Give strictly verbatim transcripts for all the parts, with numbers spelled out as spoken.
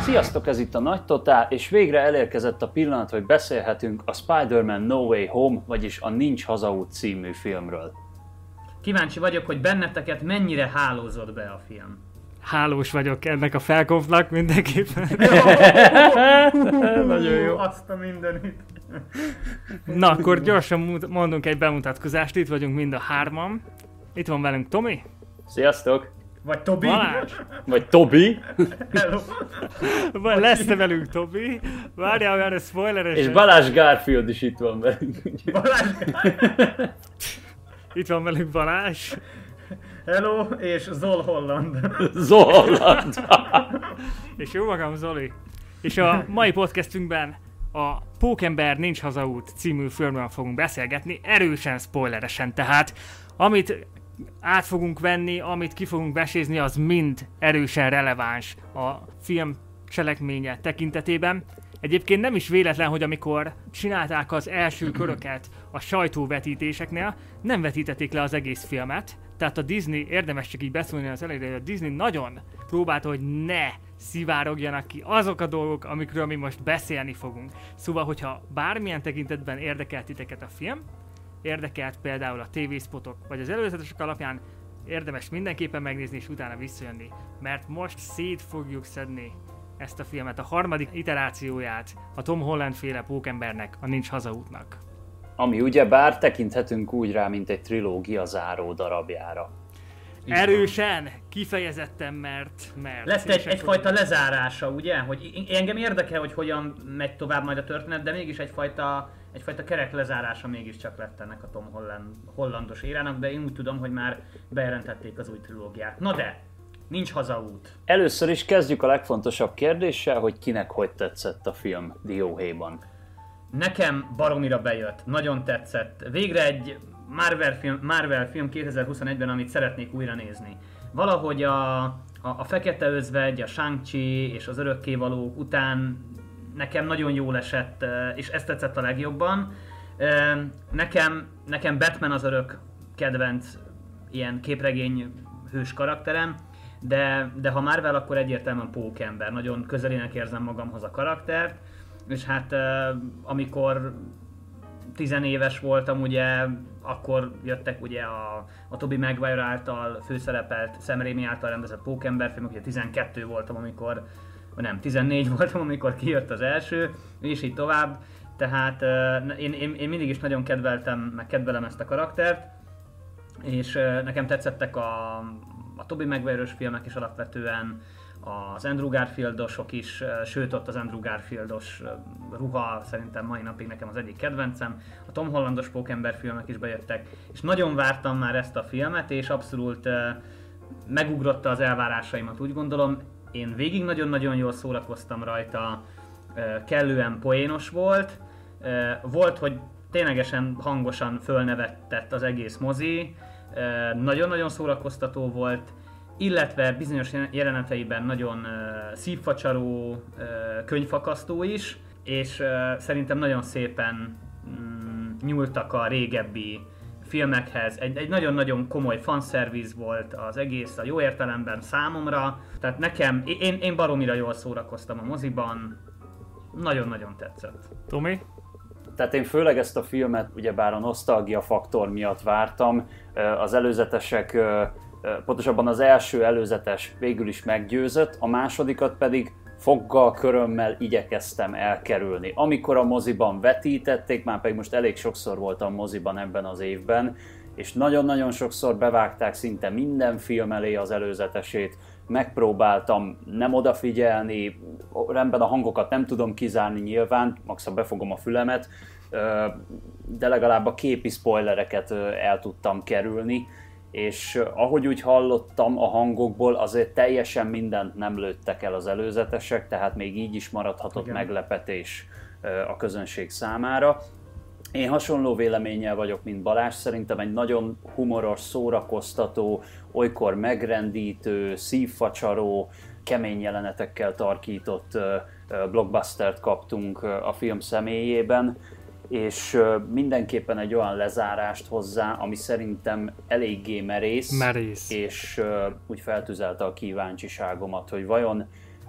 Sziasztok, ez itt a Nagy Totál, és végre elérkezett a pillanat, hogy beszélhetünk a Spider-Man No Way Home, vagyis a Nincs Hazaút című filmről. Kíváncsi vagyok, hogy benneteket mennyire hálózott be a film. Hálós vagyok ennek a felkonfnak mindenképpen. Nagyon jó. Azt a mindenit. Na, akkor gyorsan mondunk egy bemutatkozást, itt vagyunk mind a hárman. Itt van velünk Tomi. Sziasztok! Vagy Tobi. Balázs. Vagy Tobi. Hello. Vagy lesz-e velünk Tobi? Várjál, mert ez spoileres. És Balázs Garfield is itt van velünk. Balázs. Itt van velünk Balázs. Hello, és Zol Holland. Zol Holland. És jó magam, Zoli. És a mai podcastünkben a Pókember Nincs Hazaút című filmről fogunk beszélgetni, erősen spoileresen, tehát amit át fogunk venni, amit ki fogunk vesézni, az mind erősen releváns a film cselekménye tekintetében. Egyébként nem is véletlen, hogy amikor csinálták az első köröket a sajtóvetítéseknél, nem vetítették le az egész filmet. Tehát a Disney, érdemes csak így beszélni az elejére, hogy a Disney nagyon próbálta, hogy ne szivárogjanak ki azok a dolgok, amikről mi most beszélni fogunk. Szóval, hogyha bármilyen tekintetben érdekelt titeket a film, érdekelt például a tévészpotok, vagy az előzetesek alapján, érdemes mindenképpen megnézni és utána visszajönni, mert most szét fogjuk szedni ezt a filmet, a harmadik iterációját a Tom Holland féle Pókembernek, a Nincs Hazaútnak. Ami ugyebár tekinthetünk úgy rá, mint egy trilógia záró darabjára. Erősen, kifejezetten, mert... mert Lesz egy, egyfajta lezárása, ugye? Hogy engem érdekel, hogy hogyan megy tovább majd a történet, de mégis egyfajta, egyfajta kerek lezárása mégiscsak lett ennek a Tom Holland, hollandos érának, de én úgy tudom, hogy már bejelentették az új trilógiát. Na de, Nincs Hazaút. Először is kezdjük a legfontosabb kérdéssel, hogy kinek hogy tetszett a film dióhéjban. Nekem baromira bejött, nagyon tetszett. Végre egy Marvel film, Marvel film kétezer-huszonegyben, amit szeretnék újra nézni. Valahogy a, a, a Fekete Özvegy, a Shang-Chi és az Örökkévalók után nekem nagyon jól esett, és ezt tetszett a legjobban. Nekem, nekem Batman az örök kedvenc ilyen képregény hős karakterem, de, de ha Marvel, akkor egyértelműen Pókember. Nagyon közelének érzem magamhoz a karaktert, és hát amikor tizenéves voltam, ugye, akkor jöttek ugye a, a Tobey Maguire által főszerepelt, Sam Raimi által rendezett Pókember filmek, ugye tizenkettő voltam, amikor, vagy nem, tizennégy voltam, amikor kijött az első, és így tovább. Tehát én, én, én mindig is nagyon kedveltem, meg kedvelem ezt a karaktert, és nekem tetszettek a, a Tobey Maguire-ös filmek is alapvetően, az Andrew Garfield-osok is, sőt ott az Andrew Garfield-os ruha szerintem mai napig nekem az egyik kedvencem. A Tom Hollandos Pókember filmek is bejöttek, és nagyon vártam már ezt a filmet, és abszolút megugrotta az elvárásaimat, úgy gondolom. Én végig nagyon-nagyon jól szórakoztam rajta, kellően poénos volt. Volt, hogy ténylegesen hangosan fölnevettett az egész mozi, nagyon-nagyon szórakoztató volt, illetve bizonyos jeleneteiben nagyon uh, szívfacsaró, uh, könyvfakasztó is, és uh, szerintem nagyon szépen um, nyúltak a régebbi filmekhez. Egy, egy nagyon-nagyon komoly fanszerviz volt az egész a jó értelemben számomra, tehát nekem, én, én baromira jól szórakoztam a moziban, nagyon-nagyon tetszett. Tomi? Tehát én főleg ezt a filmet ugyebár a nosztalgia faktor miatt vártam, az előzetesek, pontosabban az első előzetes végül is meggyőzött, a másodikat pedig foggal, körömmel igyekeztem elkerülni. Amikor a moziban vetítették, már pedig most elég sokszor voltam moziban ebben az évben, és nagyon-nagyon sokszor bevágták szinte minden film elé az előzetesét, megpróbáltam nem odafigyelni, rendben a hangokat nem tudom kizárni nyilván, maximum befogom a fülemet, de legalább a képi spoilereket el tudtam kerülni, és ahogy úgy hallottam a hangokból, azért teljesen mindent nem lőttek el az előzetesek, tehát még így is maradhatott Igen. meglepetés a közönség számára. Én hasonló véleménnyel vagyok, mint Balázs, szerintem egy nagyon humoros, szórakoztató, olykor megrendítő, szívfacsaró, kemény jelenetekkel tarkított blockbustert kaptunk a film személyében, és mindenképpen egy olyan lezárást hozzá, ami szerintem eléggé merész, merész. és úgy feltüzelte a kíváncsiságomat, hogy vajon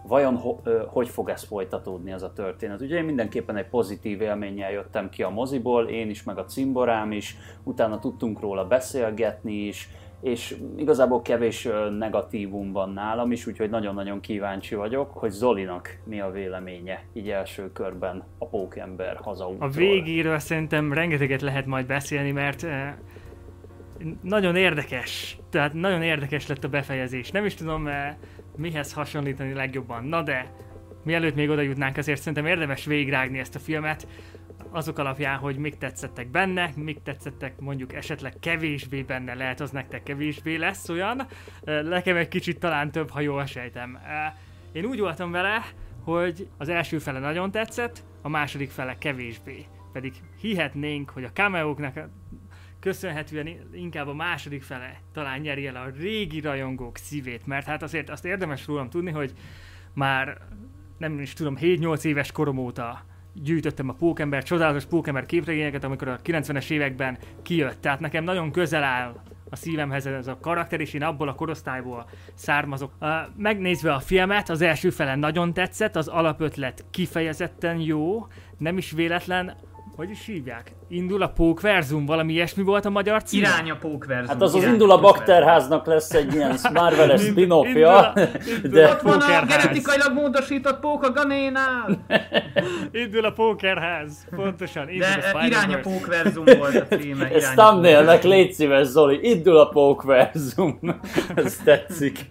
vajon ho, ö, hogy fog ez folytatódni ez a történet. Ugye én mindenképpen egy pozitív élménnyel jöttem ki a moziból, én is, meg a cimborám is, utána tudtunk róla beszélgetni is, és igazából kevés negatívum van nálam is, úgyhogy nagyon-nagyon kíváncsi vagyok, hogy Zolinak mi a véleménye így első körben a Pókember hazaútról. A végéről szerintem rengeteget lehet majd beszélni, mert eh, nagyon érdekes, tehát nagyon érdekes lett a befejezés. Nem is tudom eh, mihez hasonlítani legjobban, na de mielőtt még oda jutnánk, azért szerintem érdemes végigrágni ezt a filmet, azok alapján, hogy mik tetszettek benne, mik tetszettek mondjuk esetleg kevésbé benne, lehet az nektek kevésbé lesz olyan. Nekem egy kicsit talán több, ha jól sejtem. Én úgy voltam vele, hogy az első fele nagyon tetszett, a második fele kevésbé. Pedig hihetnénk, hogy a cameóknak köszönhetően inkább a második fele talán nyeri el a régi rajongók szívét, mert hát azért azt érdemes rólam tudni, hogy már nem is tudom, hét-nyolc éves korom óta gyűjtöttem a Pókember, csodálatos Pókember képregényeket, amikor a kilencvenes években kijött. Tehát nekem nagyon közel áll a szívemhez ez a karakter, és én abból a korosztályból származok. Uh, megnézve a filmet, az első fele nagyon tetszett, az alapötlet kifejezetten jó, nem is véletlen, hogy is hívják? Indul a Pókverzum, valami ilyesmi volt a magyar cím? Irány a Pókverzum. Hát az az Indul a Bakterháznak lesz egy ilyen Marvel-es spin-offja. De ott van a genetikailag módosított pók a Ganénál. Indul a Pókerház, pontosan. De Irány a Pókverzum volt a címe. Ez thumbnailnek légy szíves, Zoli, Indul a Pókverzum. Ez tetszik.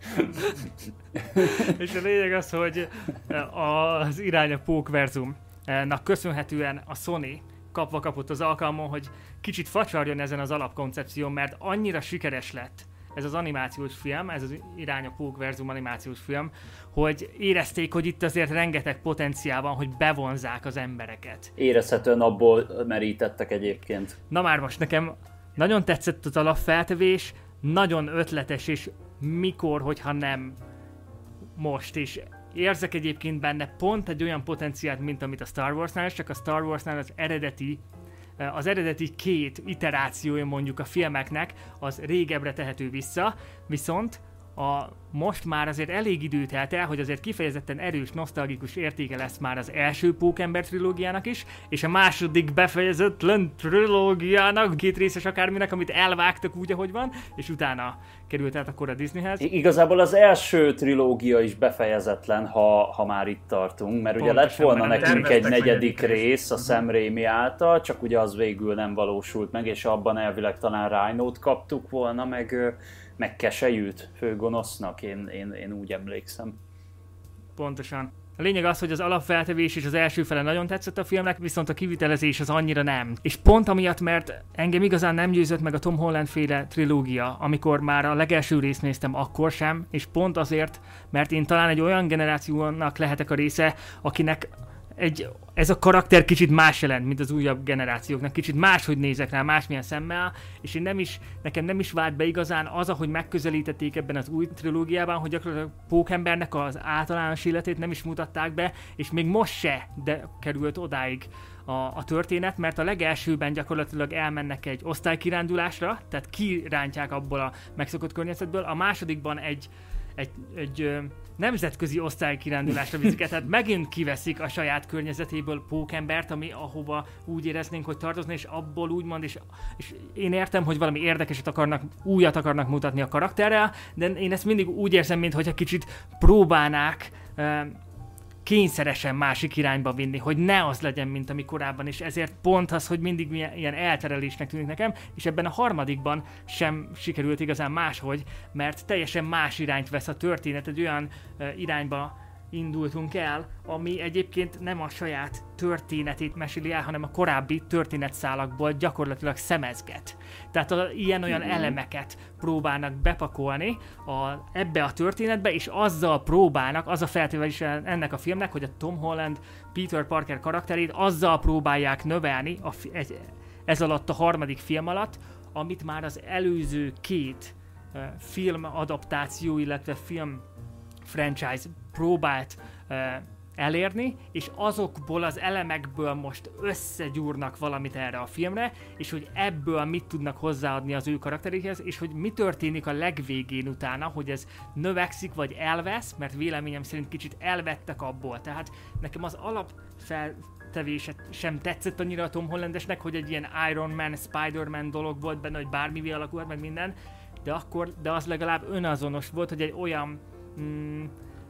És a lényeg az, hogy az Irány a Pókverzum nak köszönhetően a Sony kapva kapott az alkalmon, hogy kicsit facsarjon ezen az alapkoncepción, mert annyira sikeres lett ez az animációs film, ez az Irány a Pókverzum animációs film, hogy érezték, hogy itt azért rengeteg potenciál van, hogy bevonzák az embereket. Érezhetően abból merítettek egyébként. Na már most nekem nagyon tetszett az alapfeltevés, nagyon ötletes, és mikor, hogyha nem most is. Érzek egyébként benne pont egy olyan potenciált, mint amit a Star Warsnál, csak a Star Warsnál az eredeti, az eredeti két iterációja mondjuk a filmeknek, az régebbre tehető vissza, viszont a most már azért elég idő telt el, hogy azért kifejezetten erős, nosztalgikus értéke lesz már az első Pókember trilógiának is, és a második befejezetlen trilógiának, két részes akárminek, amit elvágtak úgy, ahogy van, és utána került át akkor a Disneyhez. Igazából az első trilógia is befejezetlen, ha, ha már itt tartunk, mert ugye Pontosan, lett volna mert nekünk egy negyedik negyedik rész a Sam Raimi által, csak ugye az végül nem valósult meg, és abban elvileg talán Rhino-t kaptuk volna, meg meg Keselyűt főgonosznak, én, én, én úgy emlékszem. Pontosan. A lényeg az, hogy az alapfeltevés és az első fele nagyon tetszett a filmnek, viszont a kivitelezés az annyira nem. És pont amiatt, mert engem igazán nem győzött meg a Tom Holland féle trilógia, amikor már a legelső részt néztem, akkor sem, és pont azért, mert én talán egy olyan generációnak lehetek a része, akinek egy, ez a karakter kicsit más jelent, mint az újabb generációknak, kicsit máshogy nézek rá, másmilyen szemmel, és én nem is, nekem nem is vált be igazán az, ahogy megközelítették ebben az új trilógiában, hogy gyakorlatilag Pókembernek az általános életét nem is mutatták be, és még most se de került odáig a, a történet, mert a legelsőben gyakorlatilag elmennek egy osztálykirándulásra, tehát kirántják abból a megszokott környezetből, a másodikban egy, egy, egy nemzetközi osztálykirándulásra viszik, tehát megint kiveszik a saját környezetéből Pókembert, ami ahova úgy éreznénk, hogy tartozni, és abból úgymond, és, és én értem, hogy valami érdekeset akarnak, újat akarnak mutatni a karakterrel, de én ezt mindig úgy érzem, mintha kicsit próbálnák uh, kényszeresen másik irányba vinni, hogy ne az legyen, mint ami korábban, és ezért pont az, hogy mindig ilyen elterelésnek tűnik nekem, és ebben a harmadikban sem sikerült igazán máshogy, mert teljesen más irányt vesz a történet, egy olyan uh, irányba indultunk el, ami egyébként nem a saját történetét meséli el, hanem a korábbi történetszálakból gyakorlatilag szemezget. Tehát a, ilyen-olyan mm-hmm. elemeket próbálnak bepakolni a, ebbe a történetbe, és azzal próbálnak, az a feltételezés ennek a filmnek, hogy a Tom Holland, Peter Parker karakterét azzal próbálják növelni a, egy, ez alatt a harmadik film alatt, amit már az előző két uh, film adaptáció, illetve film franchise próbált uh, elérni, és azokból az elemekből most összegyúrnak valamit erre a filmre, és hogy ebből mit tudnak hozzáadni az ő karakteréhez, és hogy mi történik a legvégén utána, hogy ez növekszik vagy elvesz, mert véleményem szerint kicsit elvettek abból. Tehát nekem az alapfeltevése sem tetszett annyira a Tom Hollandesnek, hogy egy ilyen Iron Man, Spider-Man dolog volt benne, hogy bármivé alakult meg minden, de akkor, de az legalább önazonos volt, hogy egy olyan mm,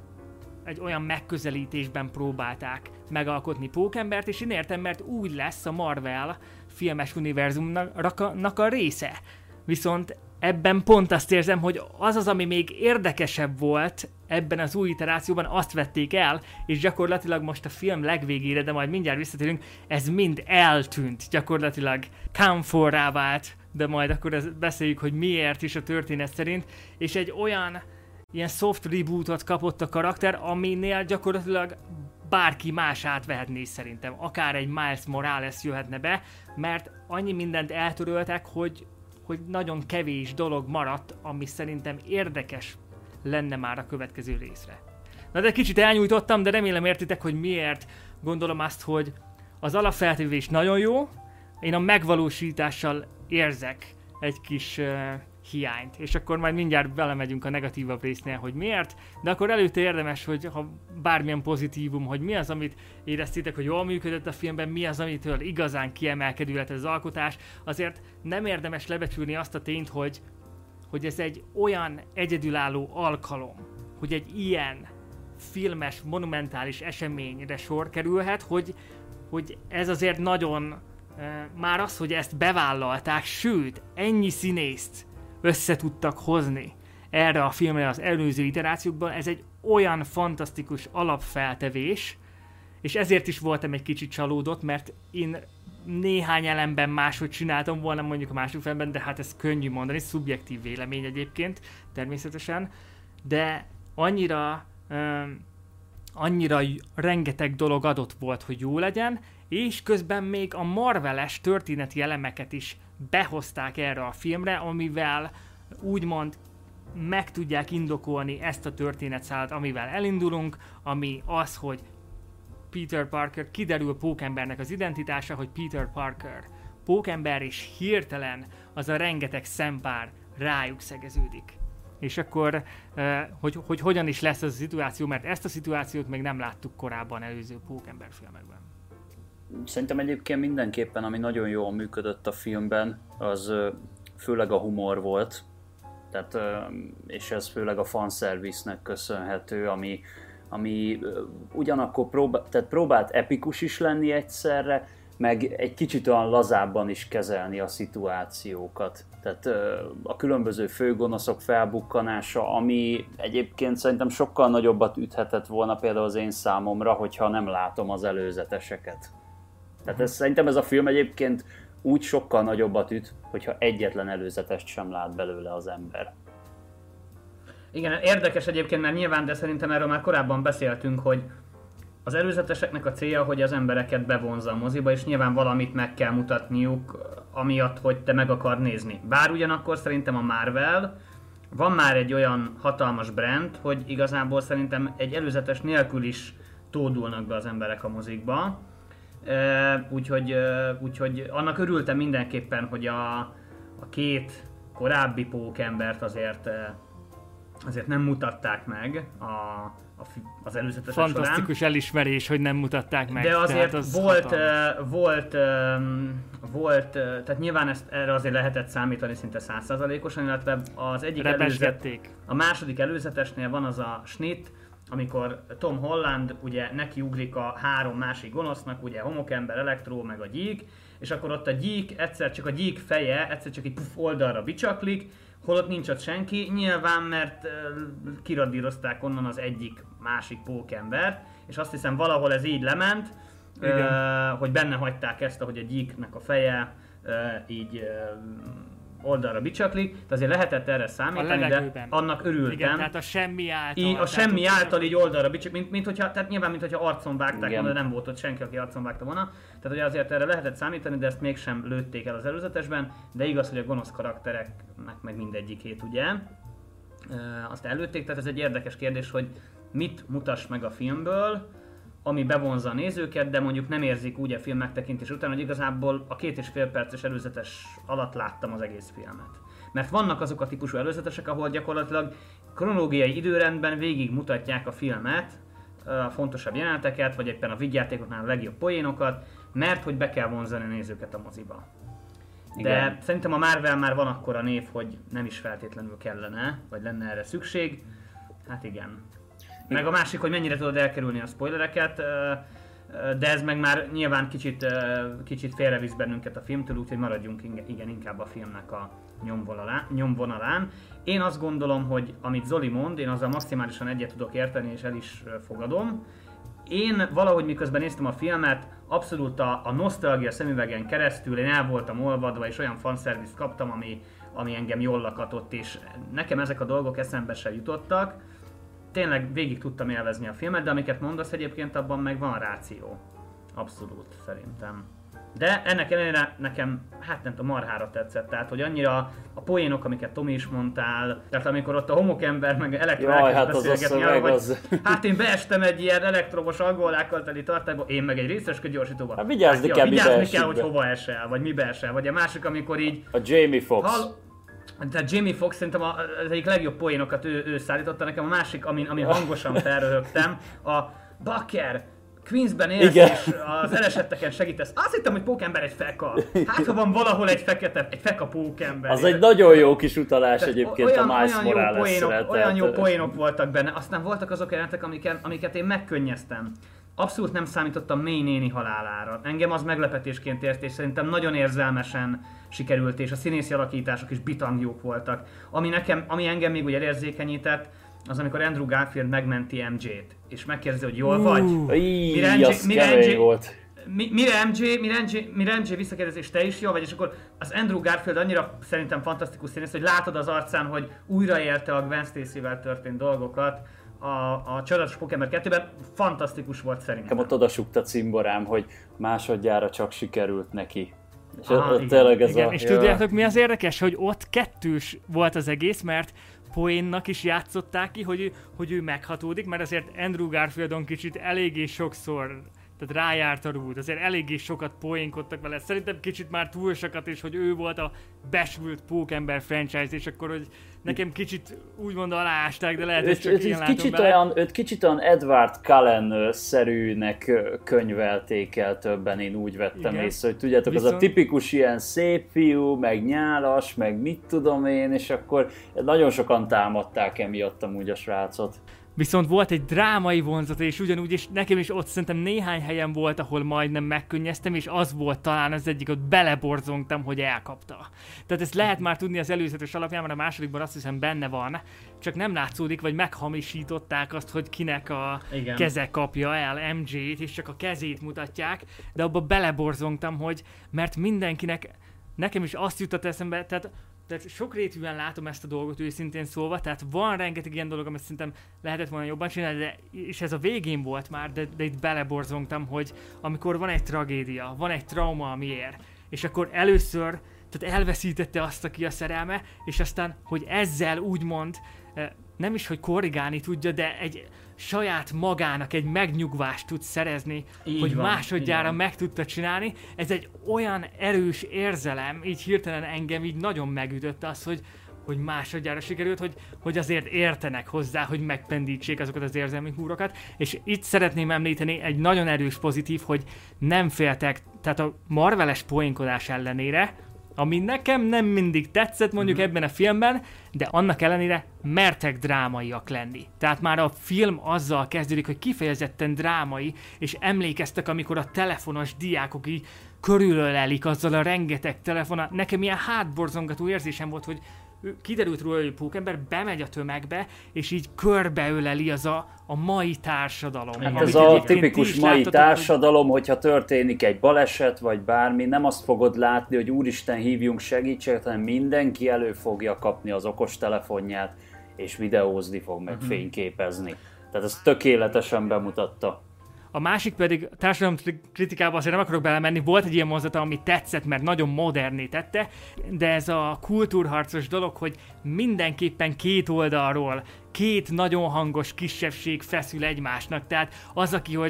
egy olyan megközelítésben próbálták megalkotni Pókembert, és én értem, mert úgy lesz a Marvel filmes univerzumnak a része. Viszont ebben pont azt érzem, hogy az az, ami még érdekesebb volt ebben az új iterációban, azt vették el, és gyakorlatilag most a film legvégére, de majd mindjárt visszatérünk, ez mind eltűnt, gyakorlatilag camforrá vált, de majd akkor ezt beszéljük, hogy miért is a történet szerint, és egy olyan ilyen soft rebootot kapott a karakter, aminél gyakorlatilag bárki más átvehetné szerintem. Akár egy Miles Morales jöhetne be, mert annyi mindent eltöröltek, hogy, hogy nagyon kevés dolog maradt, ami szerintem érdekes lenne már a következő részre. Na de kicsit elnyújtottam, de remélem értitek, hogy miért gondolom azt, hogy az alapfeltevés nagyon jó, én a megvalósítással érzek egy kis uh, hiányt, és akkor majd mindjárt belemegyünk a negatívabb résznél, hogy miért, de akkor előtte érdemes, hogy ha bármilyen pozitívum, hogy mi az, amit éreztétek, hogy jól működött a filmben, mi az, amitől igazán kiemelkedő lett ez az alkotás, azért nem érdemes lebecsülni azt a tényt, hogy, hogy ez egy olyan egyedülálló alkalom, hogy egy ilyen filmes, monumentális eseményre sor kerülhet, hogy, hogy ez azért nagyon már az, hogy ezt bevállalták, sőt, ennyi színészt össze tudtak hozni erre a filmre az előző iterációkban, ez egy olyan fantasztikus alapfeltevés, és ezért is voltam egy kicsit csalódott, mert én néhány elemben máshogy csináltam volna mondjuk a második filmben, de hát ez könnyű mondani, szubjektív vélemény egyébként, természetesen, de annyira, um, annyira rengeteg dolog adott volt, hogy jó legyen, és közben még a Marvel-es történeti elemeket is behozták erre a filmre, amivel úgymond meg tudják indokolni ezt a történetszálat, amivel elindulunk, ami az, hogy Peter Parker, kiderül Pókembernek az identitása, hogy Peter Parker Pókember, és hirtelen az a rengeteg szempár rájuk szegeződik. És akkor, hogy, hogy hogyan is lesz ez a szituáció, mert ezt a szituációt még nem láttuk korábban előző Pókember filmekben. Szerintem egyébként mindenképpen, ami nagyon jól működött a filmben, az főleg a humor volt, tehát, és ez főleg a fanservice-nek köszönhető, ami, ami ugyanakkor próbál, tehát próbált epikus is lenni egyszerre, meg egy kicsit olyan lazábban is kezelni a szituációkat. Tehát a különböző főgonoszok felbukkanása, ami egyébként szerintem sokkal nagyobbat üthetett volna például az én számomra, hogyha nem látom az előzeteseket. Tehát ez, szerintem ez a film egyébként úgy sokkal nagyobbat üt, hogyha egyetlen előzetest sem lát belőle az ember. Igen, érdekes egyébként, mert nyilván, de szerintem erről már korábban beszéltünk, hogy az előzeteseknek a célja, hogy az embereket bevonzza a moziba, és nyilván valamit meg kell mutatniuk, amiatt, hogy te meg akar nézni. Bár ugyanakkor szerintem a Marvel van már egy olyan hatalmas brand, hogy igazából szerintem egy előzetes nélkül is tódulnak be az emberek a mozikba. Úgyhogy, úgyhogy annak örültem mindenképpen, hogy a, a két korábbi Pókembert azért, azért nem mutatták meg a, a, az előzetesek során. Fantasztikus elismerés, hogy nem mutatták meg. De azért az volt, hatalmas. volt, volt, tehát nyilván ezt, erre azért lehetett számítani szinte száz százalékosan, illetve az egyik előzet, a második előzetesnél van az a snit, amikor Tom Holland ugye nekiugrik a három másik gonosznak, ugye Homokember, Elektro, meg a gyík, és akkor ott a gyík, egyszer csak a gyík feje, egyszer csak egy puff oldalra bicsaklik, holott nincs ott senki, nyilván mert uh, kiradírozták onnan az egyik másik Pókembert, és azt hiszem valahol ez így lement, uh, hogy benne hagyták ezt, ahogy a gyíknek a feje uh, így uh, oldalra bicsaklik, de azért lehetett erre számítani, de annak örültem. Igen, tehát a semmi által. Így, a semmi által így oldalra bicsaklik, mint, mint hogyha, tehát nyilván, mint hogyha arcon vágták volna, de nem volt ott senki, aki arcon vágta volna. Tehát ugye azért erre lehetett számítani, de ezt mégsem lőtték el az előzetesben, de igaz, hogy a gonosz karaktereknek meg mindegyikét ugye, azt előtték, tehát ez egy érdekes kérdés, hogy mit mutass meg a filmből, ami bevonza a nézőket, de mondjuk nem érzik úgy a film megtekintés után, hogy igazából a két és fél perces előzetes alatt láttam az egész filmet. Mert vannak azok a típusú előzetesek, ahol gyakorlatilag kronológiai időrendben végig mutatják a filmet, a fontosabb jeleneteket, vagy éppen a vígjátékoknál a legjobb poénokat, mert hogy be kell vonzani a nézőket a moziba. De igen. Szerintem a Marvel már van akkora név, hogy nem is feltétlenül kellene, vagy lenne erre szükség. Hát igen. Meg a másik, hogy mennyire tudod elkerülni a spoilereket, de ez meg már nyilván kicsit, kicsit félrevisz bennünket a filmtől, úgyhogy maradjunk igen inkább a filmnek a nyomvonalán, nyomvonalán. Én azt gondolom, hogy amit Zoli mond, én azzal maximálisan egyet tudok érteni, és el is fogadom. Én valahogy miközben néztem a filmet, abszolút a, a nosztalgia szemüvegen keresztül én el voltam olvadva, és olyan fanszervizt kaptam, ami, ami engem jól lakatott, és nekem ezek a dolgok eszembe se jutottak. Tényleg végig tudtam élvezni a filmet, de amiket mondasz egyébként, abban meg van ráció. Abszolút, szerintem. De ennek ellenére nekem, hát nem tudom, marhára tetszett, tehát hogy annyira a poénok, amiket Tomi is mondtál, tehát amikor ott a homokember meg elektro elkezd hát beszélgetni, az hogy az... hát én beestem egy ilyen elektromos angollákkal teli tartályba, én meg egy részecske gyorsítóba. Hát vigyázni hát, kell, ja, vigyázni mibe kell, hogy hova esel, vagy mibe esel, vagy a másik, amikor így... A Jamie Foxx. Hall... Tehát Jamie Foxx szerintem az egyik legjobb poénokat ő, ő szállította nekem, a másik, amin, amin hangosan felröhögtem, a Bakker, Queensben élsz, igen. És az elesetteken segítesz. Azt hittem, hogy pókember egy feka. Hát, ha van valahol egy fekete, egy feka pókember. Az egy nagyon jó kis utalás tehát egyébként olyan, a Miles Morales-re. Olyan, olyan jó poénok ö... voltak benne. Aztán voltak azok a jelentek, amiket, amiket én megkönnyeztem. Abszolút nem számítottam May néni halálára. Engem az meglepetésként ért, és szerintem nagyon érzelmesen sikerült, és a színészi alakítások is bitangjók voltak. Ami, nekem, ami engem még úgy elérzékenyített, az amikor Andrew Garfield megmenti em jét, és megkérdezi, hogy jól vagy. Mire em jé, mire em jé, volt. Mire em jé, mire em jé, mire em jé visszakérdezi, és te is jól vagy, és akkor az Andrew Garfield annyira szerintem fantasztikus színész, hogy látod az arcán, hogy újraélte a Gwen Stacy-vel történt dolgokat a, a Csodálatos Pókember kettőben. Fantasztikus volt szerintem. Nekem ott odasúgta cimborám, hogy másodjára csak sikerült neki. És Aha, ott tényleg ez igen. a... És ja. Tudjátok mi az érdekes, hogy ott kettős volt az egész, mert poénnak is játszották ki, hogy ő, hogy ő meghatódik, mert azért Andrew Garfieldon kicsit eléggé sokszor, tehát rájárt a rúd, azért eléggé sokat poénkodtak vele, szerintem kicsit már túl sokat is, hogy ő volt a besült Pókember franchise, és akkor, hogy nekem kicsit úgymond aláásták, de lehet, hogy csak én látom kicsit bele. olyan, őt kicsit olyan Edward Cullen-szerűnek könyvelték el többen, én úgy vettem igen. észre, hogy tudjátok, Viszont... az a tipikus ilyen szép fiú, meg nyálas, meg mit tudom én, és akkor nagyon sokan támadták emiatt amúgy a srácot. Viszont volt egy drámai vonzata, és ugyanúgy, és nekem is ott szerintem néhány helyen volt, ahol majdnem megkönnyeztem, és az volt talán az egyik, ott beleborzongtam, hogy elkapta. Tehát ezt lehet már tudni az előzetes alapján, mert a másodikban azt hiszem benne van, csak nem látszódik, vagy meghamisították azt, hogy kinek a igen. keze kapja el em jét, és csak a kezét mutatják, de abba beleborzongtam, hogy mert mindenkinek, nekem is azt jutott eszembe, tehát Tehát sokrétűen látom ezt a dolgot őszintén szólva, tehát van rengeteg ilyen dolog, amit szerintem lehetett volna jobban csinálni, de, és ez a végén volt már, de, de itt beleborzongtam, hogy amikor van egy tragédia, van egy trauma, ami ér, és akkor először tehát elveszítette azt, aki a szerelme, és aztán, hogy ezzel úgymond nem is, hogy korrigálni tudja, de egy saját magának egy megnyugvást tud szerezni, így hogy van, másodjára meg tudta csinálni. Ez egy olyan erős érzelem, így hirtelen engem így nagyon megütött az, hogy, hogy másodjára sikerült, hogy, hogy azért értenek hozzá, hogy megpendítsék azokat az érzelmi húrokat. És itt szeretném említeni egy nagyon erős pozitív, hogy nem féltek, tehát a Marveles poénkodás ellenére, ami nekem nem mindig tetszett mondjuk mm-hmm. ebben a filmben, de annak ellenére mertek drámaiak lenni. Tehát már a film azzal kezdődik, hogy kifejezetten drámai, és emlékeztek, amikor a telefonos diákok így körülölelik azzal a rengeteg telefonnal. Nekem ilyen hátborzongató érzésem volt, hogy kiderült róla, hogy Pókember bemegy a tömegbe, és így körbeöleli az a, a mai társadalom. Hát ez a tipikus mai láttatok, társadalom, hogy... hogyha történik egy baleset, vagy bármi, nem azt fogod látni, hogy úristen, hívjunk segítséget, hanem mindenki elő fogja kapni az okostelefonját, és videózni fog, meg uh-huh. fényképezni. Tehát ez tökéletesen bemutatta. A másik pedig társadalom kritikában azért nem akarok belemenni, volt egy ilyen mozdata, ami tetszett, mert nagyon moderné tette, de ez a kultúrharcos dolog, hogy mindenképpen két oldalról két nagyon hangos kisebbség feszül egymásnak, tehát az, aki, hogy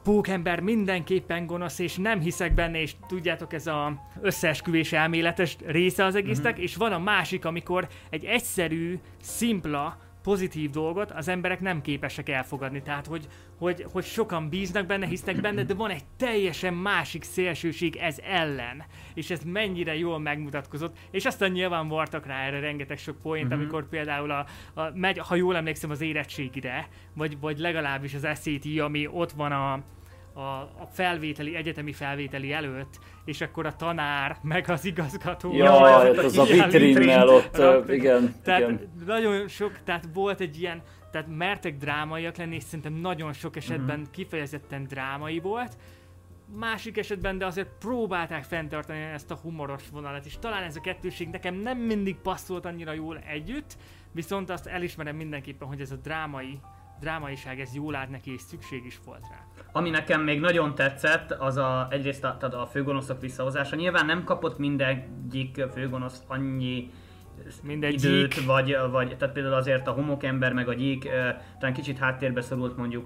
pókember mindenképpen gonosz, és nem hiszek benne, és tudjátok, ez az összeesküvés elméletes része az egésznek, mm-hmm. és van a másik, amikor egy egyszerű, szimpla, pozitív dolgot az emberek nem képesek elfogadni. Tehát, hogy, hogy, hogy sokan bíznak benne, hisznek benne, de van egy teljesen másik szélsőség ez ellen. És ez mennyire jól megmutatkozott. És aztán nyilván voltak rá erre rengeteg sok point, mm-hmm. amikor például a, a, megy, ha jól emlékszem, az érettségire, vagy, vagy legalábbis az es á té, ami ott van a A, a felvételi, egyetemi felvételi előtt, és akkor a tanár, meg az igazgató. Jaj, az, az a vitrinnel ott, uh, igen. Tehát igen. nagyon sok, tehát volt egy ilyen, tehát mertek drámaiak lenni, és szerintem nagyon sok esetben mm-hmm. kifejezetten drámai volt. Másik esetben, de azért próbálták fenntartani ezt a humoros vonalat, és talán ez a kettőség nekem nem mindig passzolt annyira jól együtt, viszont azt elismerem mindenképpen, hogy ez a drámai drámaiság, ez jól állt neki, és szükség is volt rá. Ami nekem még nagyon tetszett, az a, egyrészt a, a főgonoszok visszahozása. Nyilván nem kapott mindegyik főgonosz annyi Mindegyik. időt, vagy, vagy tehát például azért a homokember meg a gyík talán kicsit háttérbe szorult, mondjuk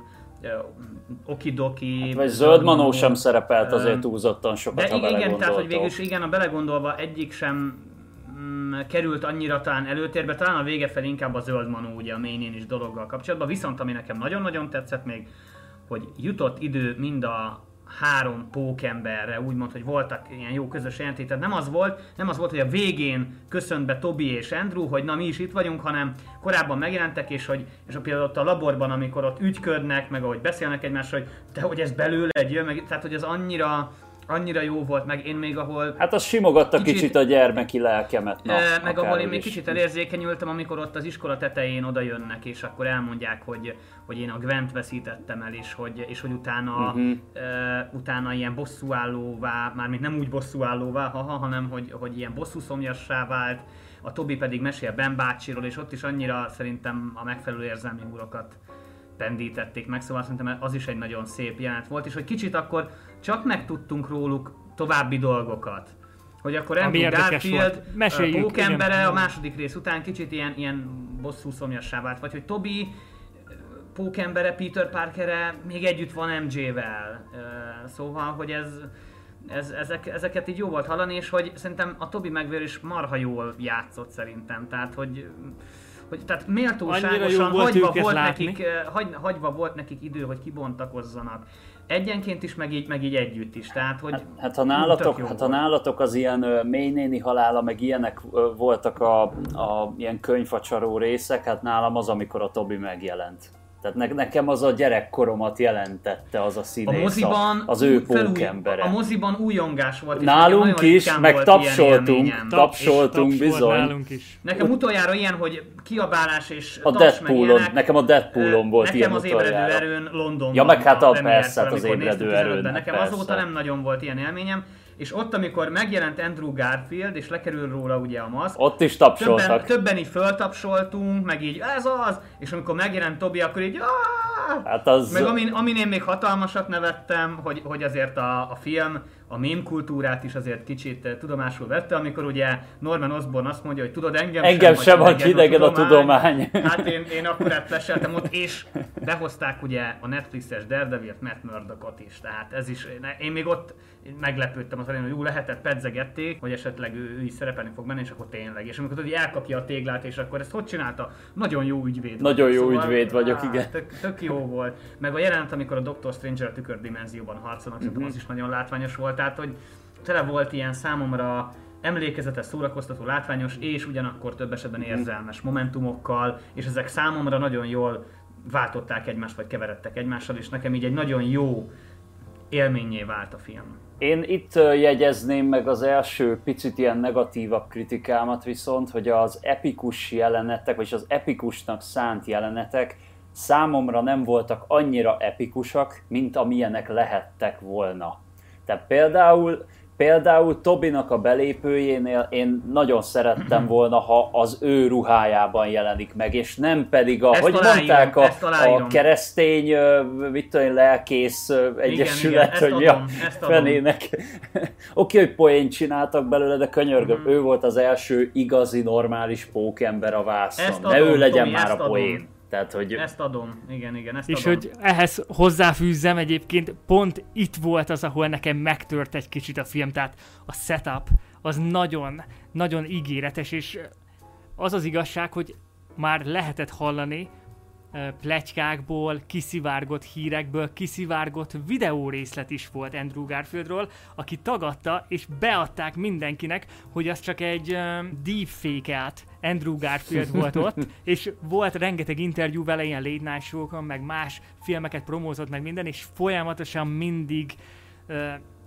Okidoki. Hát, vagy Zöldmanó sem szerepelt azért túlzottan sokat, de ha igen, igen, tehát hogy végül is igen, a belegondolva egyik sem került annyira talán előtérbe, talán a vége felé inkább a Zöldmanó ugye a mainén is dologgal kapcsolatban, viszont ami nekem nagyon-nagyon tetszett még, hogy jutott idő mind a három pókemberre, úgymond, hogy voltak ilyen jó közös jelenték, tehát nem az volt, nem az volt, hogy a végén köszönt be Toby és Andrew, hogy na mi is itt vagyunk, hanem korábban megjelentek, és hogy és a például ott a laborban, amikor ott ügyködnek, meg ahogy beszélnek egymásról, hogy te, hogy ez belőle egy jön, meg, tehát hogy az annyira annyira jó volt, meg én még ahol... Hát az simogatta kicsit, kicsit a gyermeki lelkemet. Na, e, meg ahol én még kicsit elérzékenyültem, amikor ott az iskola tetején oda jönnek, és akkor elmondják, hogy, hogy én a Gwent veszítettem el, és hogy, és hogy utána, uh-huh. e, utána ilyen bosszúállóvá, mármint nem úgy bosszúállóvá, haha, hanem hogy, hogy ilyen bosszúszomjassá vált, a Toby pedig mesél Ben bácsiról, és ott is annyira szerintem a megfelelő érzelmi úrokat pendítették meg, szóval szerintem az is egy nagyon szép jelenet volt, és hogy kicsit akkor csak megtudtunk róluk további dolgokat. Hogy akkor Andrew Garfield pókembere a második rész után kicsit ilyen, ilyen bosszúszomjassá vált, vagy hogy Toby pókembere Peter Parkerre még együtt van em jé-vel. Szóval, hogy ez, ez, ezek, ezeket így jó volt hallani, és hogy szerintem a Tobey Maguire is marha jól játszott szerintem, tehát hogy hogy tehát méltóságosan hagyva volt, nekik, hagy, hagyva volt nekik idő, hogy kibontakozzanak. Egyenként is, meg így, meg így együtt is. Tehát, hogy hát, hát, ha nálatok, hát ha nálatok az ilyen uh, mélynéni halála, meg ilyenek uh, voltak a, a ilyen könyvfacsaró részek, hát nálam az, amikor a Toby megjelent. Tehát ne, nekem az a gyerekkoromat jelentette az a színész, a moziban az ő pókembere. A moziban újongás volt. Nálunk is, meg tapsoltunk, tapsoltunk bizony. Is. Nekem utoljára ilyen, hogy kiabálás és a Deadpoolon, nekem a Deadpoolon volt nekem ilyen az utoljára. Ébredő erőn Londonban. Ja, meg hát a, persze, az Ébredő erőn. Nekem persze. Azóta nem nagyon volt ilyen élményem. És ott, amikor megjelent Andrew Garfield, és lekerül róla ugye a maszk, ott is tapsoltak. Többen, többen így föltapsoltunk, meg így ez az, és amikor megjelent Toby, akkor így hát az... meg amin, amin én még hatalmasat nevettem, hogy, hogy azért a, a film a mém kultúrát is azért kicsit tudomásul vette, amikor ugye Norman Osborn azt mondja, hogy tudod, engem, engem sem, sem hagy hidegen a tudomány. Hát én, én akkorát fleseltem ott, és behozták ugye a Netflixes Daredevil-t, Matt Murdockot is, tehát ez is, én még ott meglepődtem az elején, hogy jó, lehetett, pedzegették, hogy esetleg ő, ő is szerepelni fog benne, és akkor tényleg. És amikor tudod, elkapja a téglát, és akkor ezt hogy csinálta? Nagyon jó ügyvéd. Nagyon jó szóval, ügyvéd vagyok, á, igen. Tök, tök jó volt. Meg a jelenet, amikor a Doctor Stranger tükördimenzióban harcolnak, mm-hmm. az is nagyon látványos volt. Tehát, hogy tele volt ilyen számomra emlékezetes, szórakoztató, látványos, és ugyanakkor több esetben érzelmes momentumokkal, és ezek számomra nagyon jól váltották egymást, vagy keveredtek egymással, és nekem így egy nagyon jó élménnyé vált a film. Én itt jegyezném meg az első picit ilyen negatívabb kritikámat viszont, hogy az epikus jelenetek, vagyis az epikusnak szánt jelenetek számomra nem voltak annyira epikusak, mint amilyenek lehettek volna. Tehát például, például Tobynak a belépőjénél én nagyon szerettem volna, ha az ő ruhájában jelenik meg, és nem pedig a, ezt hogy mondták, a, a keresztény, mit tudom, lelkész egyesület, igen, igen, hogy adom, ja, fenének. Oké, hogy poént csináltak belőle, de könyörgöm, mm. ő volt az első igazi, normális pókember a vászon. Ne ő legyen Tomi, már a poén. Tehát, hogy... Ezt adom, igen, igen, ezt és adom. hogy ehhez hozzáfűzzem egyébként, pont itt volt az, ahol nekem megtört egy kicsit a film, tehát a setup az nagyon, nagyon ígéretes, és az az igazság, hogy már lehetett hallani pletykákból, kiszivárgott hírekből, kiszivárgott videórészlet is volt Andrew Garfieldról, aki tagadta, és beadták mindenkinek, hogy az csak egy um, deepfake-át Andrew Garfield volt ott, és volt rengeteg interjú vele, ilyen late night show-kon, meg más filmeket promózott, meg minden, és folyamatosan mindig uh,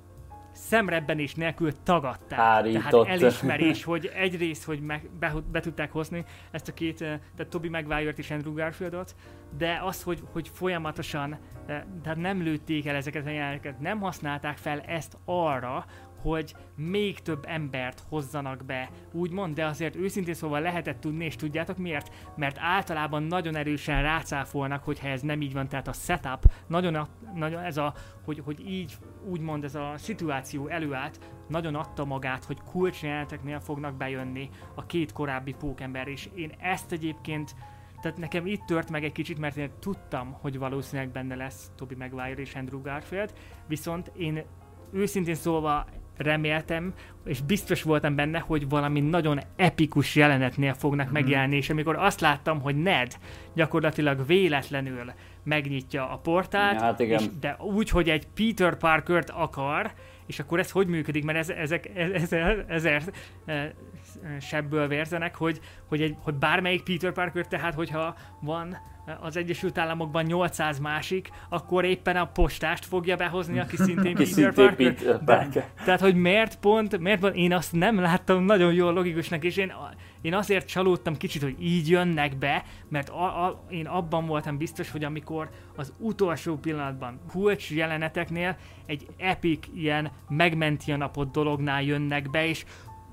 szemrebbenés nélkül tagadták. Hárított. Tehát elismerés, hogy egyrészt, hogy meg, be, be tudták hozni ezt a két, tehát Tobey Maguire-t és Andrew Garfieldot, de az, hogy, hogy folyamatosan, tehát nem lőtték el ezeket a jeleneteket, nem használták fel ezt arra, hogy még több embert hozzanak be, úgymond, de azért őszintén szóval lehetett tudni, és tudjátok miért? Mert általában nagyon erősen rácáfolnak, hogyha ez nem így van, tehát a setup, nagyon, a, nagyon ez a, hogy, hogy így, úgymond ez a szituáció előállt, nagyon adta magát, hogy kulcsjeleneteknél fognak bejönni a két korábbi pókember, és én ezt egyébként, tehát nekem itt tört meg egy kicsit, mert én tudtam, hogy valószínűleg benne lesz Tobey Maguire és Andrew Garfield, viszont én őszintén szólva reméltem, és biztos voltam benne, hogy valami nagyon epikus jelenetnél fognak mm-hmm. megjelenni, és amikor azt láttam, hogy Ned gyakorlatilag véletlenül megnyitja a portált, hát és, de úgy, hogy egy Peter Parkert akar, és akkor ez hogy működik, mert ez, ezek ezer, ezer e, sebből vérzenek, hogy, hogy, egy, hogy bármelyik Peter Parker, tehát hogyha van az Egyesült Államokban nyolcszáz másik, akkor éppen a postást fogja behozni, aki szintén Peter Peter Parker. Peter Parker. Tehát, hogy miért pont, miért pont, én azt nem láttam nagyon jól logikusnak, és én, én azért csalódtam kicsit, hogy így jönnek be, mert a, a, én abban voltam biztos, hogy amikor az utolsó pillanatban kulcs jeleneteknél egy epic ilyen megmenti a napot dolognál jönnek be, és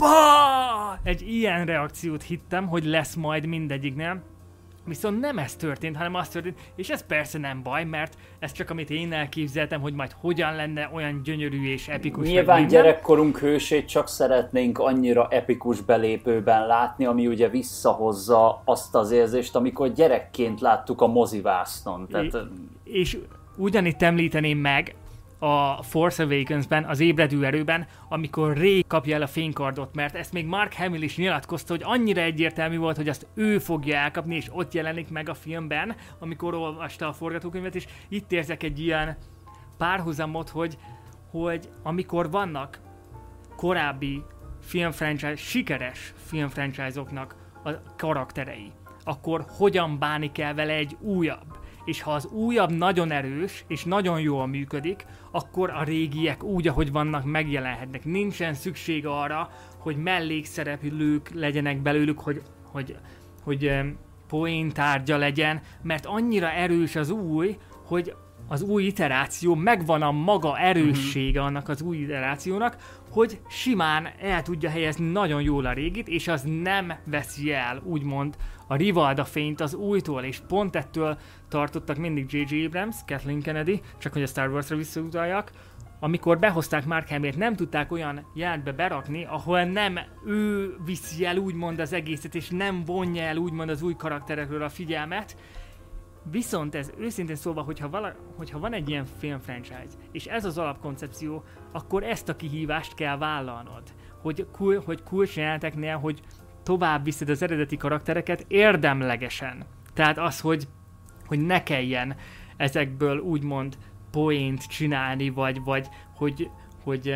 bah! Egy ilyen reakciót hittem, hogy lesz majd mindegyiknél. Viszont nem ez történt, hanem az történt, és ez persze nem baj, mert ez csak amit én elképzeltem, hogy majd hogyan lenne olyan gyönyörű és epikus. Nyilván gyerekkorunk hősét csak szeretnénk annyira epikus belépőben látni, ami ugye visszahozza azt az érzést, amikor gyerekként láttuk a mozivásznon. Tehát... És ugyanitt említeném meg a Force Awakens-ben, az ébredő erőben, amikor Rey kapja el a fénykardot, mert ezt még Mark Hamill is nyilatkozta, hogy annyira egyértelmű volt, hogy azt ő fogja elkapni, és ott jelenik meg a filmben, amikor olvasta a forgatókönyvet, és itt érzek egy ilyen párhuzamot, hogy, hogy amikor vannak korábbi filmfranchise, sikeres filmfranchise-oknak a karakterei, akkor hogyan bánik kell vele egy újabb. És ha az újabb nagyon erős, és nagyon jól működik, akkor a régiek úgy, ahogy vannak, megjelenhetnek. Nincsen szükség arra, hogy mellékszereplők legyenek belőlük, hogy, hogy, hogy um, poéntárgya legyen, mert annyira erős az új, hogy az új iteráció, megvan a maga erőssége annak az új iterációnak, hogy simán el tudja helyezni nagyon jól a régit, és az nem veszi el, úgymond, a rivalda fényt az újtól, és pont ettől tartottak mindig J J Abrams, Kathleen Kennedy, csak hogy a Star Wars-ra visszautaljak, amikor behozták Mark Hamill-t, nem tudták olyan jelentbe berakni, ahol nem ő viszi el úgymond az egészet, és nem vonja el úgymond az új karakterekről a figyelmet. Viszont ez őszintén szólva, hogyha, vala, hogyha van egy ilyen film franchise, és ez az alapkoncepció, akkor ezt a kihívást kell vállalnod. Hogy, kul, hogy kulcsjeleneteknél, hogy tovább viszed az eredeti karaktereket érdemlegesen. Tehát az, hogy, hogy ne kelljen ezekből úgymond poént csinálni, vagy, vagy hogy, hogy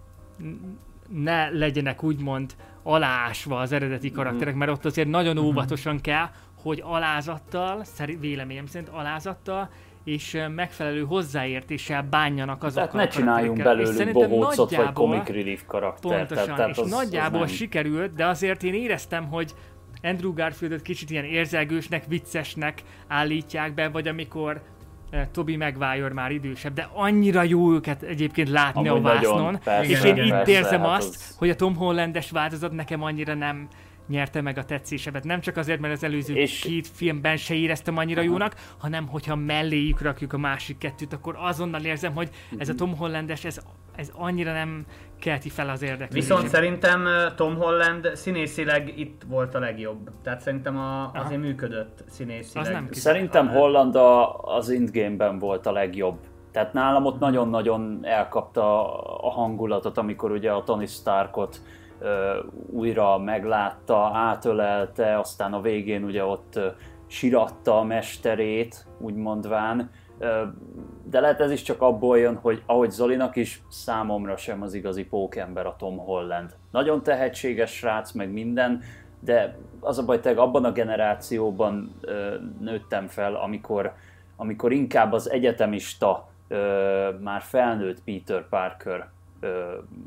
ne legyenek úgymond alásva az eredeti karakterek, mert ott azért nagyon óvatosan kell, hogy alázattal, véleményem szerint alázattal, és megfelelő hozzáértéssel bánjanak azokkal. Tehát ne csináljunk belőlük bohócot vagy comic relief karaktert. Pontosan, tehát, és az, nagyjából az sikerült, de azért én éreztem, hogy Andrew Garfieldot kicsit ilyen érzelgősnek, viccesnek állítják be, vagy amikor uh, Tobey Maguire már idősebb, de annyira jó őket egyébként látni amúgy a vásznon, nagyon, persze, és én igen, itt persze, érzem hát azt, az... hogy a Tom Hollandes változat nekem annyira nem nyerte meg a tetszésemet. Nem csak azért, mert az előző és... két filmben se éreztem annyira Aha. jónak, hanem hogyha melléjük rakjuk a másik kettőt, akkor azonnal érzem, hogy ez a Tom Hollandes, ez, ez annyira nem kelti fel az érdeklődést. Viszont szerintem Tom Holland színészileg itt volt a legjobb. Tehát szerintem a, azért működött színészileg. Az nem Szerintem Holland a, az Endgame-ben volt a legjobb. Tehát nálam ott nagyon-nagyon elkapta a hangulatot, amikor ugye a Tony Starkot uh, újra meglátta, átölelte, aztán a végén ugye ott uh, siratta a mesterét, úgy mondván. Uh, de lehet ez is csak abból jön, hogy ahogy Zolinak is, számomra sem az igazi pókember a Tom Holland. Nagyon tehetséges srác, meg minden, de az a baj, tényleg abban a generációban uh, nőttem fel, amikor, amikor inkább az egyetemista, Ö, már felnőtt Peter Parker ö,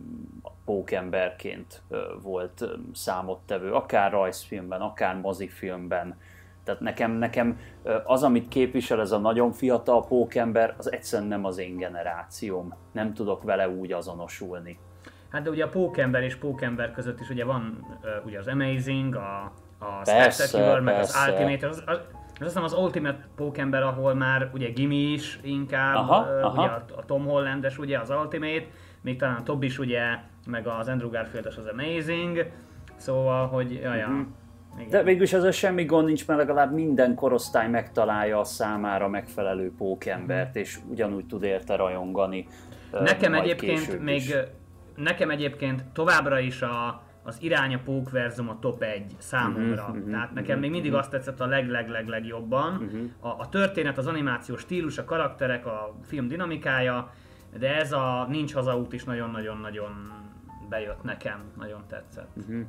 pókemberként ö, volt ö, számottevő, akár rajzfilmben, akár mozifilmben. Tehát nekem, nekem ö, az, amit képvisel ez a nagyon fiatal pókember, az egyszerűen nem az én generációm. Nem tudok vele úgy azonosulni. Hát de ugye a pókember és pókember között is ugye van uh, ugye az Amazing, a, a Persze, meg persze. az Ultimate, az, az, az azt hiszem az Ultimate pókember, ahol már ugye Gimme is inkább, aha, uh, aha. ugye a, a Tom Hollandes ugye az Ultimate, még talán a Tob is ugye, meg az Andrew Garfield-es az Amazing, szóval, hogy jaja. Uh-huh. Igen. De végülis ezzel semmi gond nincs, mert legalább minden korosztály megtalálja a számára megfelelő pókembert, és ugyanúgy tud érte rajongani. Nekem egyébként még, is. nekem egyébként továbbra is a, az Irány a pók verzum a top egy számomra. Uh-huh, uh-huh, Tehát nekem uh-huh, még mindig uh-huh. azt tetszett a leg-leg-leg-legjobban. Uh-huh. A, a történet, az animációs stílus, a karakterek, a film dinamikája, de ez a Nincs hazaút is nagyon-nagyon-nagyon bejött nekem, nagyon tetszett. Uh-huh.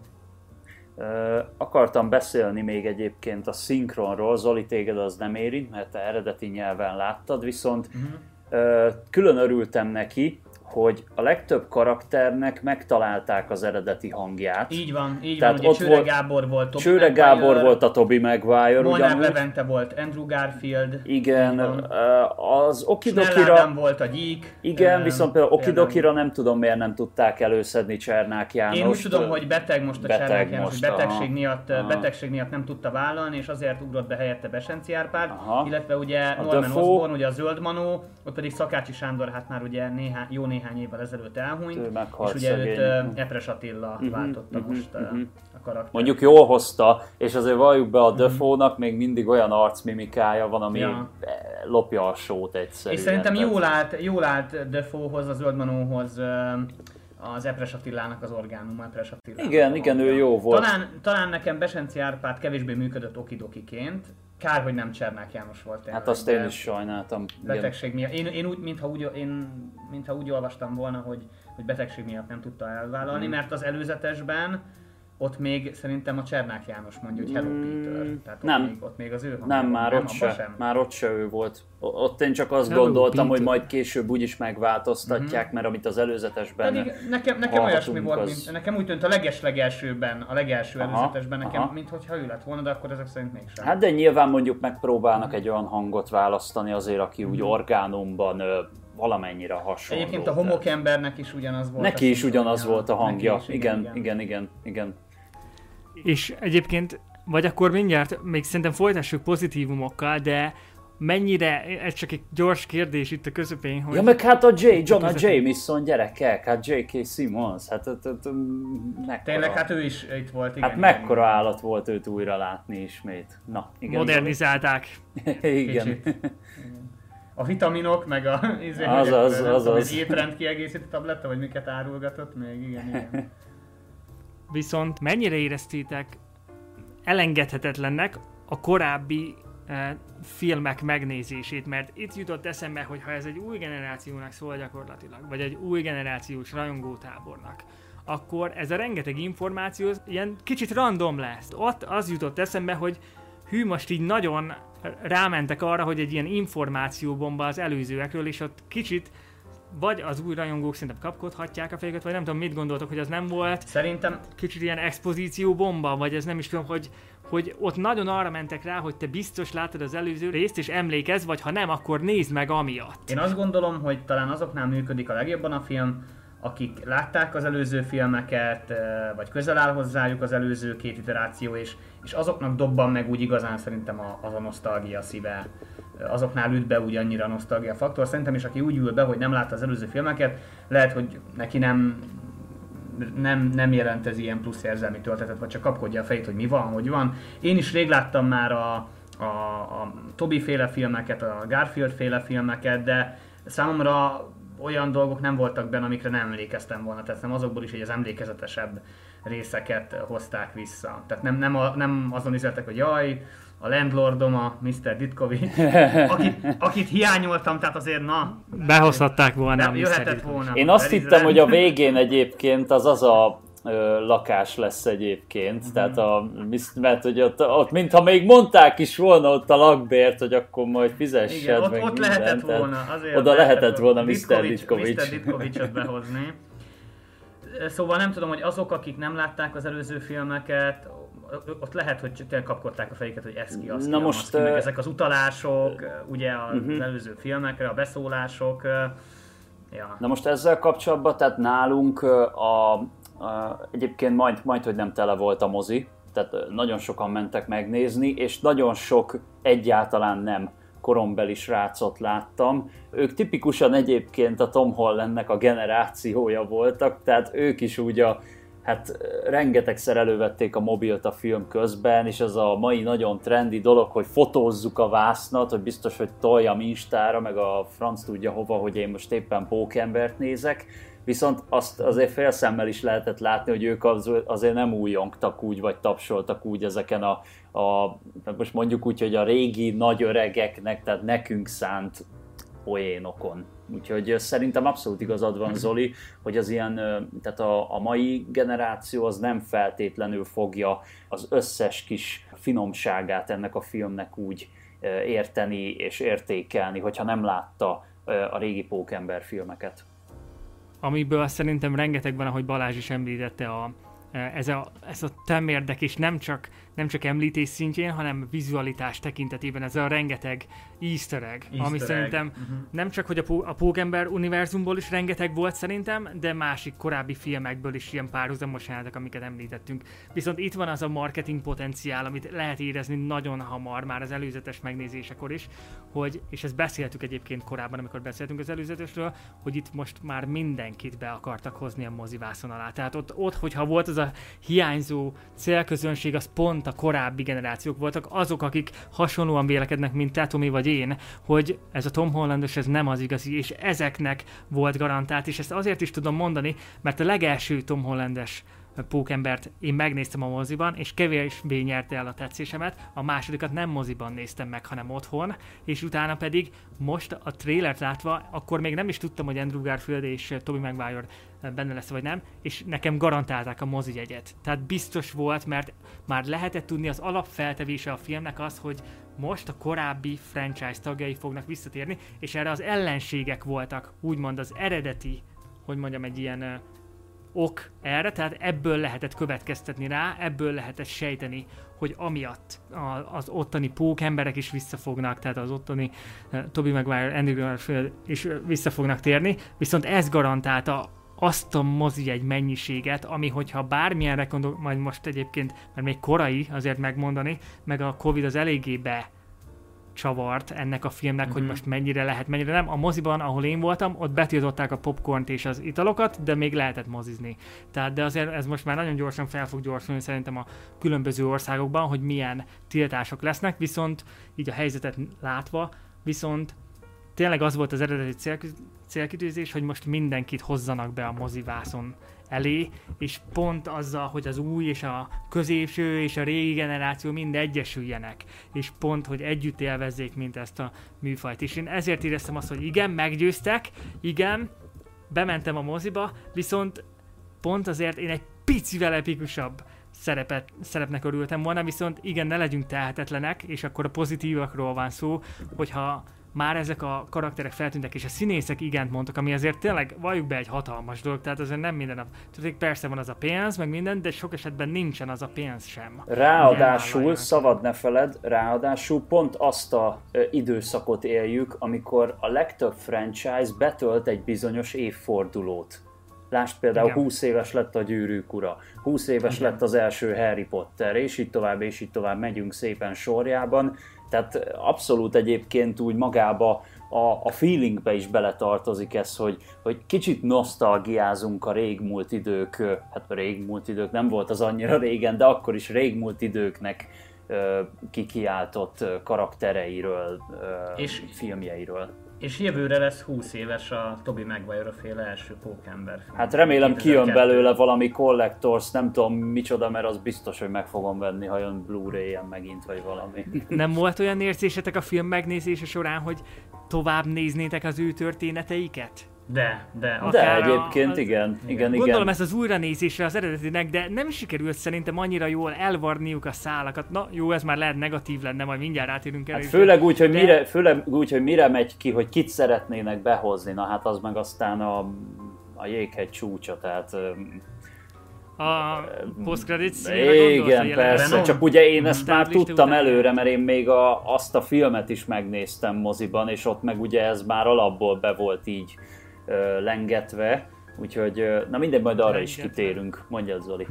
Uh, akartam beszélni még egyébként a szinkronról, Zoli, téged az nem érint, mert te eredeti nyelven láttad, viszont uh-huh. uh, külön örültem neki, hogy a legtöbb karakternek megtalálták az eredeti hangját. Így van, így Tehát van, ugye Csőre volt, Gábor volt Tobey Csőre Maguire, Gábor volt a Tobey Maguire, Molnár ugyanúgy. Levente volt Andrew Garfield. Igen, az Okidokira... Snell Ádám volt a Gyík. Igen, uh, viszont például Okidokira nem tudom, miért nem tudták előszedni Csernák Jánost. Én úgy tudom, hogy beteg most a beteg Csernák János, most, betegség aha, miatt, aha. betegség miatt nem tudta vállalni, és azért ugrott be helyette Besenci Árpád, Aha. illetve ugye A Norman Dafoe. Osborn, ugye a Zöld Manó, ott pedig Szakácsi Sándor, hát már ugye néhány, jó néhány évvel ezelőtt elhunyt, és ugye szegény. őt uh, Epres Attila uh-huh, váltotta uh-huh, most uh, uh-huh. a karakter. Mondjuk jól hozta, és azért valljuk be a Dafoe-nak még mindig olyan arcmimikája van, ami Ja. lopja a sót egyszerűen. És szerintem tehát- jól állt, jól állt Dafoehoz, a Zöld Manóhoz uh, az Epres Attilának az orgánuma, Epres Attilának. Igen, igen, ő jó volt. Talán, talán nekem Besenci Árpád kevésbé működött okidokiként. Kár, hogy nem Csernák János volt. Hát azt én is sajnáltam. Igen. Betegség miatt. Én, én úgy, mintha úgy, én, mintha úgy olvastam volna, hogy, hogy betegség miatt nem tudta elvállalni, Hmm. mert az előzetesben ott még szerintem a Csernák János mondja, hogy Hello Peter. Tehát ott Nem. Még, ott még az ő hangja Nem, volt. már nem, ott abban se, sem. már ott se ő volt. O- Ott én csak azt Hello, gondoltam, Peter. hogy majd később úgyis megváltoztatják, Mhm. mert amit az előzetesben Pedig nekem, nekem olyasmi hallhatunk, volt, az- mint, nekem úgy tűnt a leges-legelsőben, a legelső Aha, előzetesben nekem, aha. minthogyha ő lett volna, de akkor ezek szerint mégsem. Hát de nyilván mondjuk megpróbálnak egy olyan hangot választani azért, aki úgy orgánumban ö, valamennyire hasonló. Egyébként a tehát- homokembernek is ugyanaz volt. Neki a is ugyanaz szinkronja. volt a hangja. Neki is, Igen, igen, igen, igen, igen. És egyébként, vagy akkor mindjárt, még szerintem folytassuk pozitívumokkal, de mennyire, ez csak egy gyors kérdés itt a közepén, hogy... Ja, meg hát a J, John a Közepén. Jameson, gyerekek, hát J K. Simmons, hát, hát, hát mekkora, Tényleg, hát ő is itt volt, igen. hát igen, mekkora igen. állat volt őt újra látni ismét. Na, igen. modernizálták. Igen. Kicsit. A vitaminok, meg a... Izé, Azaz, hogy nem tudom, azaz. egy étrend kiegészítő tabletta, vagy miket árulgatott még, igen, igen. Viszont mennyire éreztétek elengedhetetlennek a korábbi eh, filmek megnézését, mert itt jutott eszembe, hogy ha ez egy új generációnak szól gyakorlatilag, vagy egy új generációs rajongótábornak, akkor ez a rengeteg információ az ilyen kicsit random lesz. Ott az jutott eszembe, hogy hű, most így nagyon rámentek arra, hogy egy ilyen információbomba az előzőekről, és ott kicsit vagy az új rajongók szerintem kapkodhatják a fejüket, vagy nem tudom, mit gondoltok, hogy az nem volt Szerintem kicsit ilyen expozíció bomba, vagy ez nem is tudom, hogy, hogy ott nagyon arra mentek rá, hogy te biztos láttad az előző részt, és emlékezz, vagy ha nem, akkor nézd meg amiatt. én azt gondolom, hogy talán azoknál működik a legjobban a film, akik látták az előző filmeket, vagy közel áll hozzájuk az előző két iteráció, és, és azoknak dobban meg úgy igazán szerintem a, az a nosztalgia szíve. Azoknál üt be úgy annyira a nosztalgia faktor. Szerintem is, aki úgy ül be, hogy nem látta az előző filmeket, lehet, hogy neki nem, nem, nem jelent ez ilyen plusz érzelmi töltetet, vagy csak kapkodja a fejét, hogy mi van, hogy van. Én is rég láttam már a, a, a Tobey féle filmeket, a Garfield féle filmeket, de számomra olyan dolgok nem voltak benne, amikre nem emlékeztem volna, tehát nem azokból is, hogy az emlékezetesebb részeket hozták vissza. Tehát nem, nem, a, nem azon üzletek, hogy jaj, a landlordom, a miszter Ditkovics, akit, akit hiányoltam, tehát azért na... Behozhatták volna a jöhetett volna. Én azt hittem, hogy a végén egyébként az az a ö, lakás lesz egyébként, mm-hmm. tehát a, mert hogy ott, ott mintha még mondták is volna ott a lakbért, hogy akkor majd fizessed. Igen, ott, meg ott minden, lehetett volna, azért oda lehetett volna miszter Ditkovics. miszter Ditkovicsot behozni. Szóval nem tudom, hogy azok, akik nem látták az előző filmeket, ott lehet, hogy tényleg kapkodták a fejüket, hogy ez ki, az Na ki, most, az ki, meg ezek az utalások, ugye az uh-huh. előző filmekre, a beszólások. Ja. Na most ezzel kapcsolatban, tehát nálunk a, a, egyébként majd, majd, hogy nem tele volt a mozi, tehát nagyon sokan mentek megnézni, és nagyon sok egyáltalán nem korombeli srácot láttam. Ők tipikusan egyébként a Tom Hollandnek a generációja voltak, tehát ők is úgy a hát rengetegszer elővették a mobilt a film közben, és ez a mai nagyon trendi dolog, hogy fotózzuk a vásznat, hogy biztos, hogy toljam Instára, meg a franc tudja hova, hogy én most éppen Pókembert nézek. Viszont azt azért félszemmel is lehetett látni, hogy ők az, azért nem újongtak úgy, vagy tapsoltak úgy ezeken a, a, most mondjuk úgy, hogy a régi nagy öregeknek, tehát nekünk szánt poénokon. Úgyhogy szerintem abszolút igazad van, Zoli, hogy az ilyen, tehát a, a mai generáció az nem feltétlenül fogja az összes kis finomságát ennek a filmnek úgy érteni és értékelni, hogyha nem látta a régi Pókember filmeket. Amiből szerintem rengeteg van, ahogy Balázs is említette, a, ez, a, ez a temérdek, és nem csak, nem csak említés szintjén, hanem vizualitás tekintetében ez a rengeteg easter egg, easter ami egg. Szerintem uh-huh. nem csak, hogy a, Pó- a Pókember univerzumból is rengeteg volt szerintem, de másik korábbi filmekből is ilyen párhuzamos jelenetek, amiket említettünk. Viszont itt van az a marketing potenciál, amit lehet érezni nagyon hamar, már az előzetes megnézésekor is, hogy, és ezt beszéltük egyébként korábban, amikor beszéltünk az előzetesről, hogy itt most már mindenkit be akartak hozni a mozivászon alá. Tehát ott, ott, hogyha volt az a hiányzó célközönség, az pont a korábbi generációk voltak, azok, akik hasonlóan vélekednek, mint te, Tomi, vagy én, hogy ez a Tom Hollandos, ez nem az igazi, és ezeknek volt garantált, és ezt azért is tudom mondani, mert a legelső Tom Hollandes Pókembert én megnéztem a moziban, és kevésbé nyerte el a tetszésemet, a másodikat nem moziban néztem meg, hanem otthon, és utána pedig most a trailert látva, akkor még nem is tudtam, hogy Andrew Garfield és Tobey Maguire benne lesz vagy nem, és nekem garantálták a mozijegyet. Tehát biztos volt, mert már lehetett tudni, az alapfeltevése a filmnek az, hogy most a korábbi franchise tagjai fognak visszatérni, és erre az ellenségek voltak, úgymond az eredeti, hogy mondjam, egy ilyen ok erre, tehát ebből lehetett következtetni rá, ebből lehetett sejteni, hogy amiatt az ottani pókemberek is visszafognak, tehát az ottani uh, Tobey Maguire, Andrew Garfield is vissza fognak térni, viszont ez garantálta azt a mozijegy mennyiséget, ami hogyha bármilyenre gondol, majd most egyébként, mert még korai azért megmondani, meg a Covid az eléggé be csavart ennek a filmnek, uh-huh. hogy most mennyire lehet, mennyire nem. A moziban, ahol én voltam, ott betiltották a popcornt és az italokat, de még lehetett mozizni. Tehát, de azért ez most már nagyon gyorsan fel fog gyorsulni szerintem a különböző országokban, hogy milyen tiltások lesznek, viszont így a helyzetet látva, viszont tényleg az volt az eredeti célkü- célkitűzés, hogy most mindenkit hozzanak be a mozivászon elé, és pont azzal, hogy az új és a középső és a régi generáció mind egyesüljenek, és pont, hogy együtt élvezzék, mint ezt a műfajt. És én ezért éreztem azt, hogy igen, meggyőztek, igen, bementem a moziba, viszont pont azért én egy picivel epikusabb szerepet, szerepnek örültem volna, viszont igen, ne legyünk tehetetlenek, és akkor a pozitívakról van szó, hogyha már ezek a karakterek feltűntek, és a színészek igent mondtak, ami azért tényleg, valljuk be, egy hatalmas dolog, tehát azért nem minden nap. Tudjuk, persze van az a pénz, meg minden, de sok esetben nincsen az a pénz sem. Ráadásul, szabad ne feled, ráadásul pont azt a ö, időszakot éljük, amikor a legtöbb franchise betölt egy bizonyos évfordulót. Lásd például Igen. húsz éves lett a Gyűrűk ura, húsz éves Igen. lett az első Harry Potter, és így tovább, és így tovább megyünk szépen sorjában. Tehát abszolút egyébként úgy magába a, a feelingbe is beletartozik ez, hogy, hogy kicsit nosztalgiázunk a régmúlt idők, hát a régmúlt idők nem volt az annyira régen, de akkor is régmúlt időknek kikiáltott karaktereiről, és, filmjeiről. És jövőre lesz húsz éves a Tobey Maguire féle első Pókember film. Hát remélem kijön kétezer-kettő. belőle valami Collectors, nem tudom micsoda, mert az biztos, hogy meg fogom venni, ha jön Blu-ray-en megint, vagy valami. Nem volt olyan érzésetek a film megnézése során, hogy tovább néznétek az ő történeteiket? De, de. De Akár egyébként az- igen, igen, Gondolom igen. ez az újranézésre az eredetinek, de nem sikerült szerintem annyira jól elvarniuk a szálakat. Na jó, ez már lehet negatív lenne, majd mindjárt átérünk el. Hát főleg úgy, hogy de- mire, főleg úgy, hogy mire megy ki, hogy kit szeretnének behozni, na hát az meg aztán a, a jéghegy csúcsa, tehát... öm, A post-credit színre gondolsz? a igen, jelenet? persze, Venom? csak ugye én ezt már Táblista tudtam után előre, jött. mert én még a, azt a filmet is megnéztem moziban, és ott meg ugye ez már alapból be volt így ö, lengetve, úgyhogy, ö, na mindegy, majd arra is Lengetve. kitérünk, mondjad Zoli.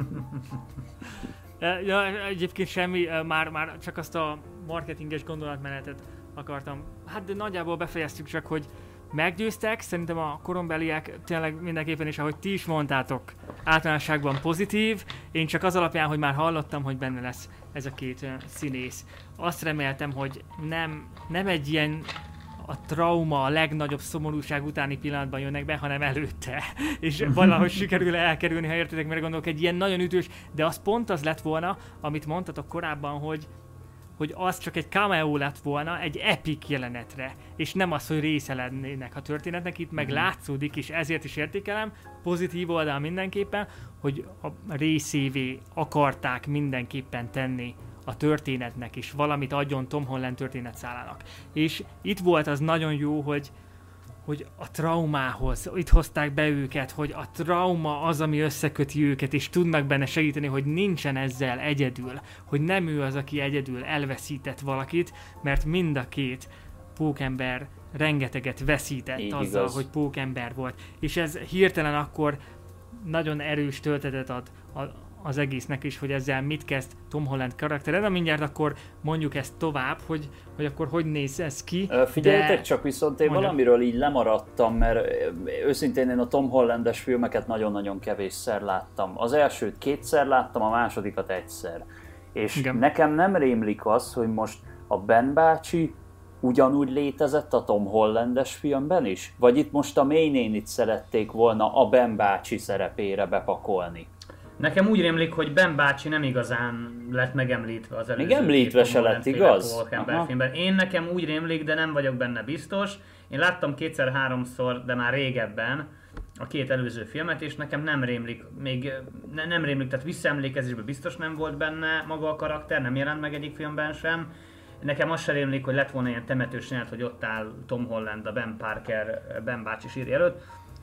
E, Ja, egyébként semmi, e, már, már csak azt a marketinges gondolatmenetet akartam. Hát de nagyjából befejeztük csak, hogy meggyőztek, szerintem a korombeliek tényleg mindenképpen is, ahogy ti is mondtátok, általánosságban pozitív. Én csak az alapján, hogy már hallottam, hogy benne lesz ez a két uh, színész. Azt reméltem, hogy nem, nem egy ilyen a trauma, a legnagyobb szomorúság utáni pillanatban jönnek be, hanem előtte. És valahogy sikerül elkerülni, ha értitek, mire gondolok, egy ilyen nagyon ütős, de az pont az lett volna, amit mondtatok korábban, hogy hogy az csak egy cameo lett volna egy epic jelenetre, és nem az, hogy része lennének a történetnek, itt meg látszódik, és ezért is értékelem, pozitív oldal mindenképpen, hogy a részévé akarták mindenképpen tenni a történetnek, és valamit adjon Tom Holland történetszálának. És itt volt az nagyon jó, hogy hogy a traumához, itt hozták be őket, hogy a trauma az, ami összeköti őket, és tudnak benne segíteni, hogy nincsen ezzel egyedül, hogy nem ő az, aki egyedül elveszített valakit, mert mind a két pókember rengeteget veszített Így azzal, igaz. hogy pókember volt. És ez hirtelen akkor nagyon erős töltetet ad a, az egésznek is, hogy ezzel mit kezd Tom Holland karaktere. De mindjárt akkor mondjuk ezt tovább, hogy, hogy akkor hogy néz ez ki. Ö, Figyeljetek de... csak, viszont én Mondjad. valamiről így lemaradtam, mert ö, őszintén én a Tom Hollandes filmeket nagyon-nagyon kevésszer láttam. Az elsőt kétszer láttam, a másodikat egyszer. És Igen. nekem nem rémlik az, hogy most a Ben bácsi ugyanúgy létezett a Tom Hollandes filmben is? Vagy itt most a May nénit szerették volna a Ben bácsi szerepére bepakolni? Nekem úgy rémlik, hogy Ben bácsi nem igazán lett megemlítve az előző Még említve két se Tom lett, Holland igaz? féle Pókember Aha. filmben. Én nekem úgy rémlik, de nem vagyok benne biztos. Én láttam kétszer-háromszor, de már régebben a két előző filmet, és nekem nem rémlik, még ne, nem rémlik, tehát visszaemlékezésben biztos nem volt benne maga a karakter, nem jelent meg egyik filmben sem. Nekem az sem rémlik, hogy lett volna ilyen temetős jelenet, hogy ott áll Tom Holland, a Ben Parker, Ben bácsi sírja előtt.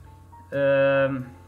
Ö,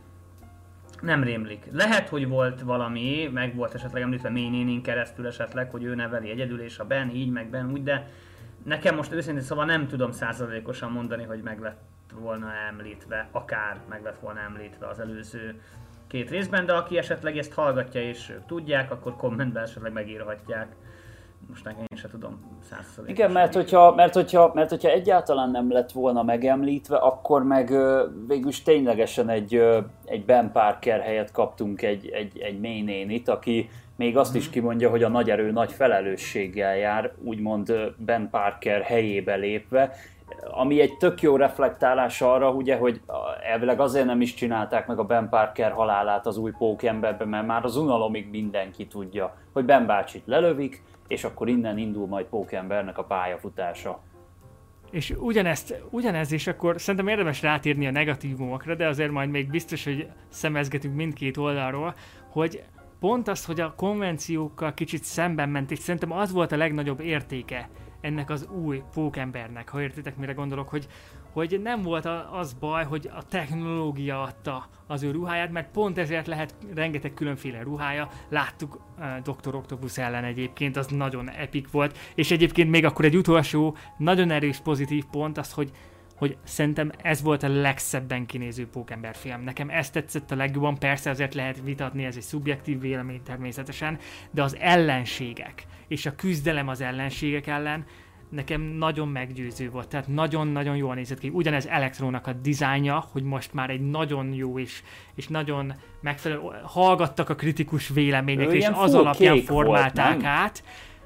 nem rémlik. Lehet, hogy volt valami, meg volt esetleg említve May nénin keresztül esetleg, hogy ő neveli egyedül, és a Ben így, meg Ben úgy, de nekem most őszintén szóval nem tudom százalékosan mondani, hogy meg lett volna említve, akár meg lett volna említve az előző két részben, de aki esetleg ezt hallgatja és ők tudják, akkor kommentben esetleg megírhatják. Most nekem én sem tudom száz százalékosan. Igen, mert hogyha, mert, hogyha, mert hogyha egyáltalán nem lett volna megemlítve, akkor meg ö, végülis ténylegesen egy, ö, egy Ben Parker helyett kaptunk egy, egy, egy May nénit, aki még azt is kimondja, hogy a nagy erő nagy felelősséggel jár, úgymond ö, Ben Parker helyébe lépve, ami egy tök jó reflektálás arra, ugye, hogy elvileg azért nem is csinálták meg a Ben Parker halálát az új Pókemberben, mert már az unalomig mindenki tudja, hogy Ben bácsit lelövik, és akkor innen indul majd Pókembernek a pályafutása. És ugyanezt, ugyanez, és akkor szerintem érdemes rátérni a negatívumokra, de azért majd még biztos, hogy szemezgetünk mindkét oldalról, hogy pont az, hogy a konvenciókkal kicsit szemben ment, és szerintem az volt a legnagyobb értéke ennek az új Pókembernek, ha értitek, mire gondolok, hogy, hogy nem volt az baj, hogy a technológia adta az ő ruháját, mert pont ezért lehet rengeteg különféle ruhája. Láttuk uh, doktor Octopus ellen egyébként, az nagyon epic volt, és egyébként még akkor egy utolsó, nagyon erős pozitív pont az, hogy hogy szerintem ez volt a legszebben kinéző Pókember film. Nekem ez tetszett a legjobban, persze azért lehet vitatni, ez egy szubjektív vélemény természetesen, de az ellenségek és a küzdelem az ellenségek ellen nekem nagyon meggyőző volt, tehát nagyon-nagyon jól nézett ki. Ugyanez Electrónak a dizájnja, hogy most már egy nagyon jó és, és nagyon megfelelő, hallgattak a kritikus véleményekre, és az alapján formálták volt, át.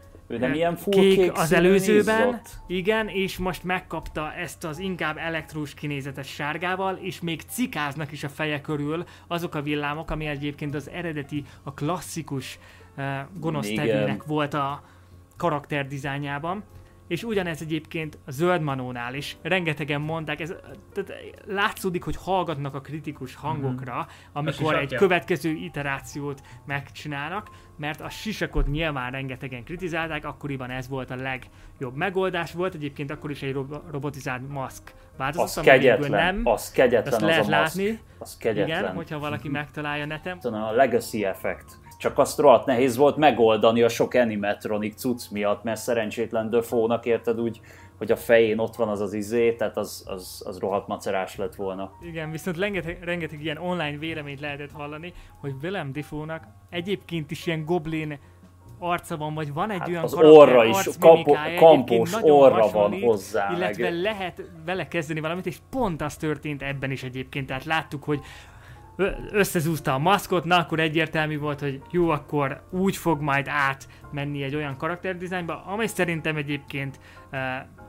Ő nem ilyen full kék, kék az előzőben, igen, és most megkapta ezt az inkább elektrós kinézetes sárgával, és még cikáznak is a feje körül azok a villámok, ami egyébként az eredeti, a klasszikus uh, gonosz tevőnek volt a karakterdizájnjában. És ugyanez egyébként a Zöld Manónál is, rengetegen mondták, ez, tehát látszódik, hogy hallgatnak a kritikus hangokra, mm-hmm. amikor egy következő iterációt megcsinálnak, mert a sisakot nyilván rengetegen kritizálták, akkoriban ez volt a legjobb megoldás volt, egyébként akkor is egy rob- robotizált maszk változat, az kegyetlen, nem, az kegyetlen azt az lehet a látni, maszk, az kegyetlen. Igen, hogyha valaki megtalálja neten. A legacy effekt. Csak azt rohadt nehéz volt megoldani a sok animatronic cucc miatt, mert szerencsétlen Dafoe-nak érted úgy, hogy a fején ott van az az izé, tehát az, az, az rohadt macerás lett volna. Igen, viszont rengeteg, rengeteg ilyen online véleményt lehetett hallani, hogy Willem Dafoe-nak egyébként is ilyen goblin arca van, vagy van egy hát olyan az orra is, kapo, kampós orra hasonlít, van hozzá. Illetve meg. lehet vele kezdeni valamit, és pont az történt ebben is egyébként, tehát láttuk, hogy összezúzta a maszkot, na akkor egyértelmű volt, hogy jó, akkor úgy fog majd átmenni egy olyan karakterdizájnba, amely szerintem egyébként uh,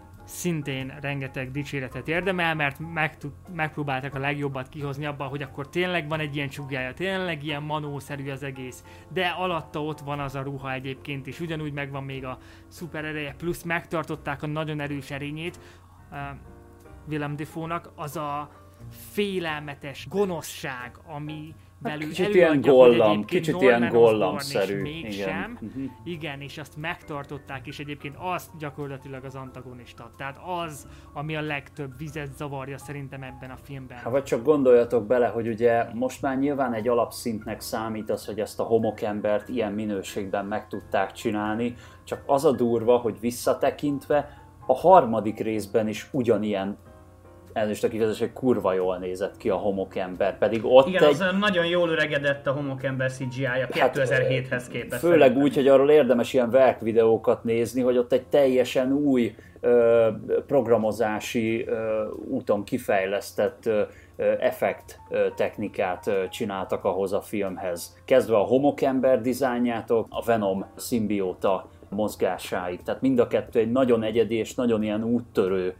szintén rengeteg dicséretet érdemel, mert meg, megpróbáltak a legjobbat kihozni abban, hogy akkor tényleg van egy ilyen csugjája, tényleg ilyen manószerű az egész, de alatta ott van az a ruha egyébként is, ugyanúgy megvan még a szuper ereje, plusz megtartották a nagyon erős erényét uh, Willem Dafoe-nak, az a félelmetes gonoszság, ami belül kicsit ilyen gollam, kicsit ilyen gollamszerű. Mégsem. Igen. Igen, és azt megtartották, és egyébként azt gyakorlatilag az antagonista. Tehát az, ami a legtöbb vizet zavarja szerintem ebben a filmben. Hát vagy csak gondoljatok bele, hogy ugye most már nyilván egy alapszintnek számít az, hogy ezt a homokembert ilyen minőségben meg tudták csinálni, csak az a durva, hogy visszatekintve a harmadik részben is ugyanilyen elnézést a kifejezés, hogy kurva jól nézett ki a homokember, pedig ott igen, egy... az nagyon jól öregedett a homokember cé gé í-ja kétezer-héthez képest. Főleg szerintem. Úgy, hogy arról érdemes ilyen verk videókat nézni, hogy ott egy teljesen új ö, programozási ö, úton kifejlesztett ö, effekt ö, technikát ö, csináltak ahhoz a filmhez. Kezdve a homokember dizájnjától a Venom szimbióta mozgásáig. Tehát mind a kettő egy nagyon egyedi és nagyon ilyen úttörő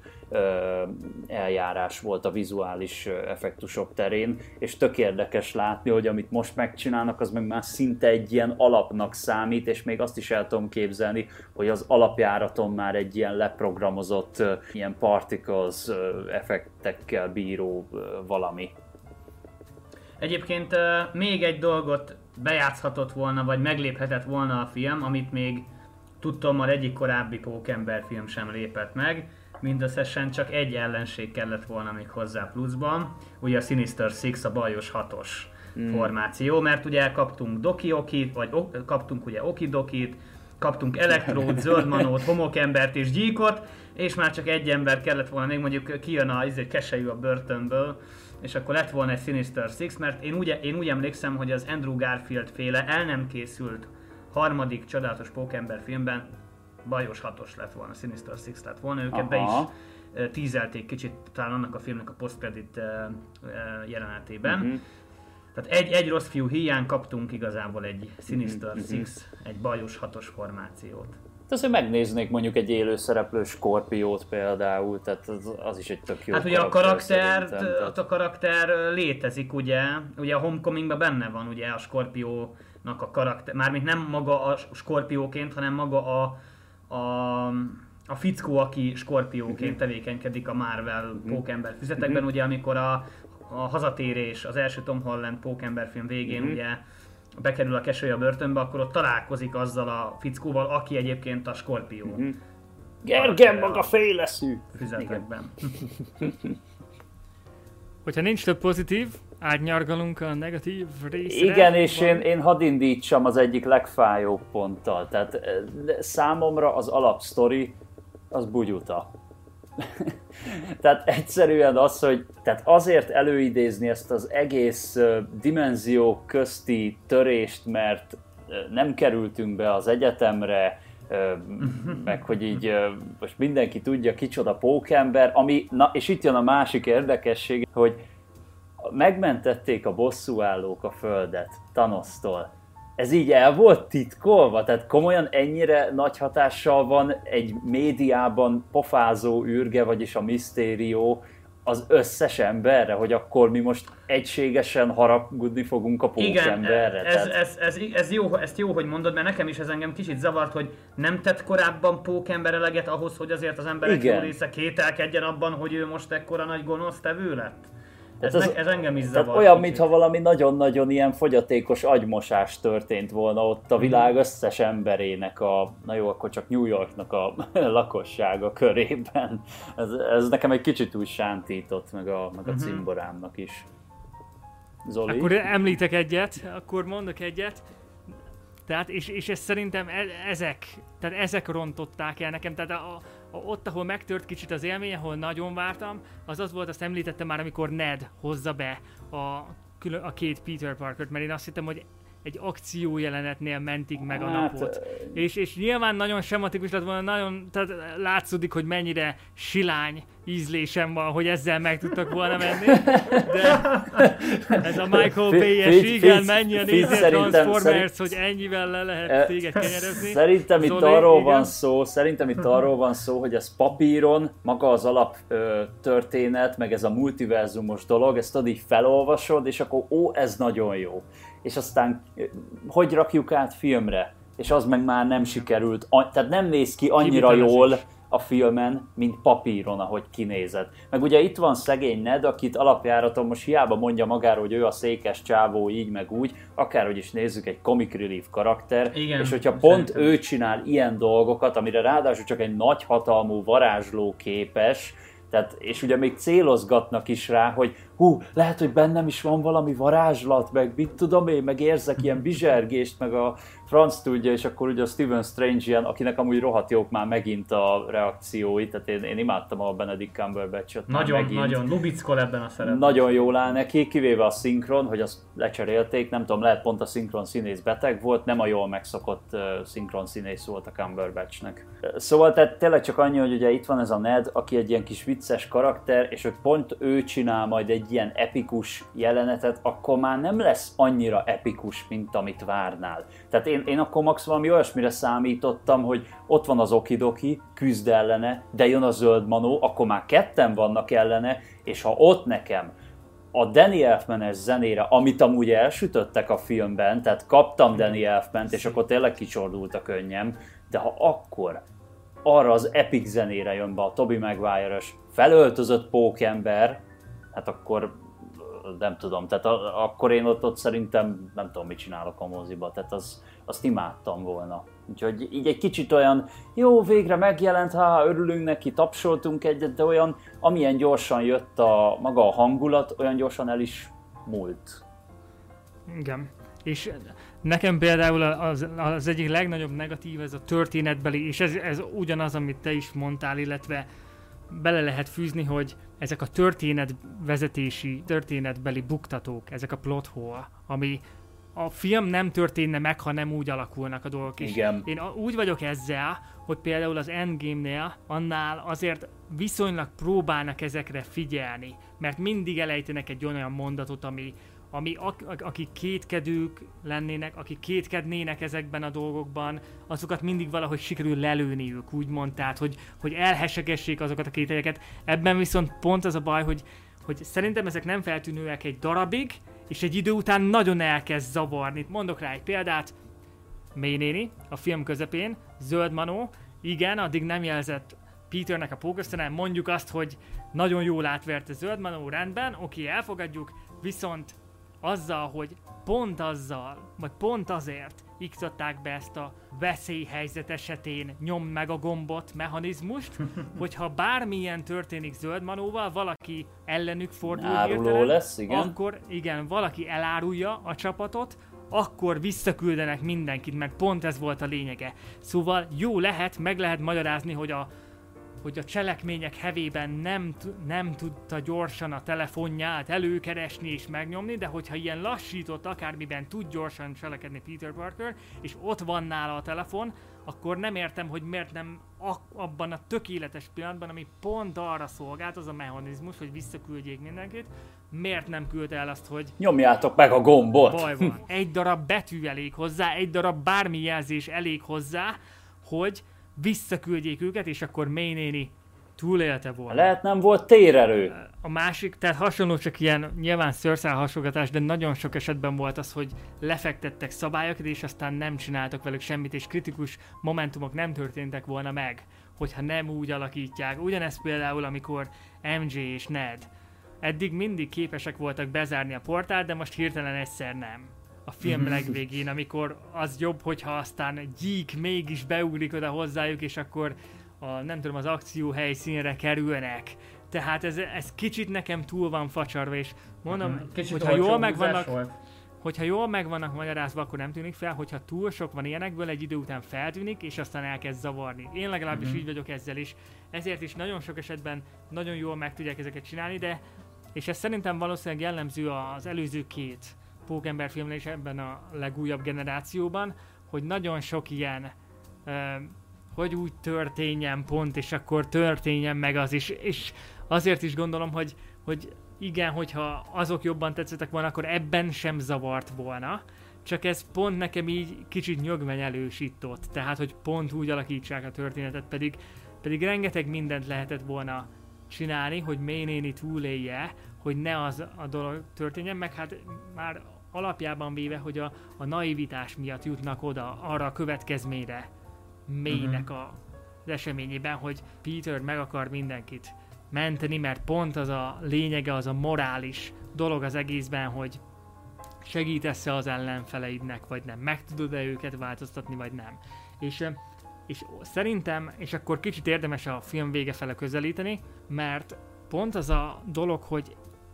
eljárás volt a vizuális effektusok terén, és tök érdekes látni, hogy amit most megcsinálnak, az meg már szinte egy ilyen alapnak számít, és még azt is el tudom képzelni, hogy az alapjáraton már egy ilyen leprogramozott, ilyen particles effektekkel bíró valami. Egyébként még egy dolgot bejátszhatott volna, vagy megléphetett volna a film, amit még tudtommal egyik korábbi Pókember film sem lépett meg. Mindösszesen csak egy ellenség kellett volna még hozzá pluszban, ugye a Sinister Six, a bajos hatos mm. formáció, mert ugye kaptunk Doki-Okit, vagy o- kaptunk ugye Okidokit, kaptunk Elektrót, Zöld Manót, Homokembert és Gyíkot, és már csak egy ember kellett volna, még mondjuk kijön a izé, keselyű a börtönből, és akkor lett volna egy Sinister Six, mert én úgy, én úgy emlékszem, hogy az Andrew Garfield féle el nem készült harmadik csodálatos Pókember filmben bajos hatos lett volna, Sinister Six lett volna, őket Aha. be is uh, tízelték kicsit talán annak a filmnek a post-credit uh, uh, jelenetében. Uh-huh. Tehát egy, egy rossz fiú hiány kaptunk igazából egy Sinister uh-huh. Six, egy bajos hatos formációt. Tehát megnéznék mondjuk egy élő szereplő Skorpiót például, tehát az, az is egy tök jó hát ugye a karakter, tehát... a karakter létezik ugye, ugye a Homecomingban benne van ugye a Skorpiónak a karakter, mármint nem maga a Skorpióként, hanem maga a A, a fickó, aki Skorpióként tevékenykedik a Marvel Pókember füzetekben, ugye amikor a, a hazatérés, az első Tom Holland Pókember film végén ugye bekerül a kesője a börtönbe, akkor ott találkozik azzal a fickóval, aki egyébként a Skorpió. Gergem maga féleszű! Füzetekben. Hogyha nincs több pozitív, átnyargalunk a negatív részre. Igen, és én, én hadd indítsam az egyik legfájóbb ponttal. Tehát számomra az alapsztori az bugyuta. tehát egyszerűen az, hogy tehát azért előidézni ezt az egész uh, dimenzió közti törést, mert uh, nem kerültünk be az egyetemre, uh, meg hogy így uh, most mindenki tudja, kicsoda pókember, ami, na, és itt jön a másik érdekesség, hogy megmentették a bosszúállók a földet Thanosztól. Ez így el volt titkolva? Tehát komolyan ennyire nagy hatással van egy médiában pofázó űrge, vagyis a misztérió az összes emberre, hogy akkor mi most egységesen haragudni fogunk a pókemberre? Igen, ez, ez, ez, ez jó, ezt jó, hogy mondod, mert nekem is ez engem kicsit zavart, hogy nem tett korábban pókember eleget ahhoz, hogy azért az emberek jó része kételkedjen abban, hogy ő most ekkora nagy gonosztevő lett. Ez, az, ez engem is zavar. Olyan, mintha valami nagyon-nagyon ilyen fogyatékos agymosás történt volna ott a világ összes emberének a, na jó, akkor csak New Yorknak a lakossága körében. Ez, ez nekem egy kicsit úgy sántított, meg a, meg a uh-huh. cimborámnak is. Zoli? Akkor említek egyet, akkor mondok egyet. Tehát, és, és ez szerintem ezek, tehát ezek rontották el nekem, tehát a, a, ott, ahol megtört kicsit az élmény, ahol nagyon vártam, az az volt, azt említettem már, amikor Ned hozza be a, a két Peter Parkert, mert én azt hittem, hogy egy akciójelenetnél mentik meg a hát, napot. És, és nyilván nagyon sematikus lett volna, nagyon, tehát látszódik, hogy mennyire silány ízlésem van, hogy ezzel meg tudtak volna menni. De ez a Michael Bay-es, igen, mennyien nézi a Transformers, hogy ennyivel le lehet téged kenyerezni. Szerintem itt arról van szó, szerintem itt arról van szó, hogy ez papíron, maga az alap ö, történet, meg ez a multiverzumos dolog, ezt tudod így felolvasod, és akkor ó, ez nagyon jó. És aztán hogy rakjuk át filmre? És az meg már nem sikerült, tehát nem néz ki annyira jól a filmen, mint papíron, ahogy kinézett. Meg ugye itt van szegény Ned, akit alapjáraton most hiába mondja magáról, hogy ő a székes csávó így meg úgy, akárhogy is nézzük, egy comic relief karakter, igen, és hogyha pont szerintem ő csinál ilyen dolgokat, amire ráadásul csak egy nagyhatalmú varázsló képes, tehát, és ugye még célozgatnak is rá, hogy hú, lehet, hogy bennem is van valami varázslat, meg mit tudom én, meg érzek ilyen bizsergést, meg a franc tudja, és akkor ugye a Stephen Strange ilyen, akinek amúgy rohadt jók már megint a reakciói, tehát én, én imádtam a Benedict Cumberbatch-ot. Nagyon, nagyon, lubickol ebben a szerepben. Nagyon jól áll neki, kivéve a szinkron, hogy azt lecserélték, nem tudom, lehet pont a szinkron színész beteg volt, nem a jól megszokott uh, szinkron színész volt a Cumberbatchnek. Szóval tehát tényleg csak annyi, hogy ugye itt van ez a Ned, aki egy ilyen kis vicces karakter, és hogy pont ő csinál majd egy ilyen epikus jelenetet, akkor már nem lesz annyira epikus, mint amit várnál. Tehát én, én akkor max valami olyasmire számítottam, hogy ott van az okidoki, küzd ellene, de jön a zöld manó, akkor már ketten vannak ellene, és ha ott nekem a Danny Elfman-es zenére, amit amúgy elsütöttek a filmben, tehát kaptam Danny Elfman-t, és akkor tényleg kicsordult a könnyem, de ha akkor arra az epic zenére jön be a Tobey Maguire-ös felöltözött pókember, hát akkor nem tudom, tehát a, akkor én ott, ott szerintem nem tudom, mit csinálok a moziba, tehát az, azt imádtam volna. Úgyhogy így egy kicsit olyan, jó, végre megjelent, ha örülünk neki, tapsoltunk egyet, de olyan, amilyen gyorsan jött a maga a hangulat, olyan gyorsan el is múlt. Igen. És nekem például az, az egyik legnagyobb negatív ez a történetbeli, és ez, ez ugyanaz, amit te is mondtál, illetve bele lehet fűzni, hogy ezek a történetvezetési, történetbeli buktatók, ezek a plot hole, ami a film nem történne meg, ha nem úgy alakulnak a dolgok. Igen. És én úgy vagyok ezzel, hogy például az Endgame-nél annál azért viszonylag próbálnak ezekre figyelni, mert mindig elejtenek egy olyan mondatot, ami ami ak- akik kétkedők lennének, akik kétkednének ezekben a dolgokban, azokat mindig valahogy sikerül lelőniük, úgymond, tehát, hogy, hogy elhessegessék azokat a kételyeket. Ebben viszont pont az a baj, hogy, hogy szerintem ezek nem feltűnőek egy darabig, és egy idő után nagyon elkezd zavarni. Mondok rá egy példát, May néni, a film közepén, zöld manó, igen, addig nem jelzett Peternek a póköztelen, mondjuk azt, hogy nagyon jól átverte zöld manó, rendben, oké, elfogadjuk, viszont azzal, hogy pont azzal, vagy pont azért iktatták be ezt a veszélyhelyzet esetén nyom meg a gombot mechanizmust, hogyha bármilyen történik zöld manóval, valaki ellenük fordul hirtelen, lesz, igen. akkor igen, valaki elárulja a csapatot, akkor visszaküldenek mindenkit, meg pont ez volt a lényege. Szóval jó lehet, meg lehet magyarázni, hogy a hogy a cselekmények hevében nem, nem tudta gyorsan a telefonját előkeresni és megnyomni, de hogyha ilyen lassított akármiben tud gyorsan cselekedni Peter Parker, és ott van nála a telefon, akkor nem értem, hogy miért nem abban a tökéletes pillanatban, ami pont arra szolgált, az a mechanizmus, hogy visszaküldjék mindenkit, miért nem küldte el azt, hogy nyomjátok meg a gombot! Baj van. Egy darab betű elég hozzá, egy darab bármi jelzés elég hozzá, hogy visszaküldjék őket, és akkor May néni túlélte volna. Lehet nem volt térerő. A másik, tehát hasonló, csak ilyen nyilván szőrszál hasonlgatás, de nagyon sok esetben volt az, hogy lefektettek szabályokat, és aztán nem csináltak velük semmit, és kritikus momentumok nem történtek volna meg, hogyha nem úgy alakítják. Ugyanez például, amikor em jé és Ned eddig mindig képesek voltak bezárni a portált, de most hirtelen egyszer nem. A film legvégén, amikor az jobb, hogyha aztán gyík mégis beugrik oda hozzájuk, és akkor a, nem tudom, az akció helyszínre kerülnek. Tehát ez, ez kicsit nekem túl van facsarva, és mondom, uh-huh. hogyha jól megvannak, hogyha jól megvannak magyarázva, akkor nem tűnik fel, hogyha túl sok van ilyenekből, egy idő után feltűnik, és aztán elkezd zavarni. Én legalábbis uh-huh. így vagyok ezzel is. Ezért is nagyon sok esetben nagyon jól meg tudják ezeket csinálni, de és ez szerintem valószínűleg jellemző az előző két Pókember filmnél is ebben a legújabb generációban, hogy nagyon sok ilyen, uh, hogy úgy történjen pont, és akkor történjen meg az is, és azért is gondolom, hogy, hogy igen, hogyha azok jobban tetszettek volna, akkor ebben sem zavart volna, csak ez pont nekem így kicsit nyögvenyelős itt ott, tehát hogy pont úgy alakítsák a történetet, pedig, pedig rengeteg mindent lehetett volna csinálni, hogy May néni túlélje, hogy ne az a dolog történjen, meg hát már alapjában véve, hogy a, a naivitás miatt jutnak oda arra a következményre Maynek a, az eseményében, hogy Peter meg akar mindenkit menteni, mert pont az a lényege, az a morális dolog az egészben, hogy segítesz-e az ellenfeleidnek, vagy nem, meg tudod-e őket változtatni, vagy nem. És, és szerintem, és akkor kicsit érdemes a film vége fele közelíteni, mert pont az a dolog, hogy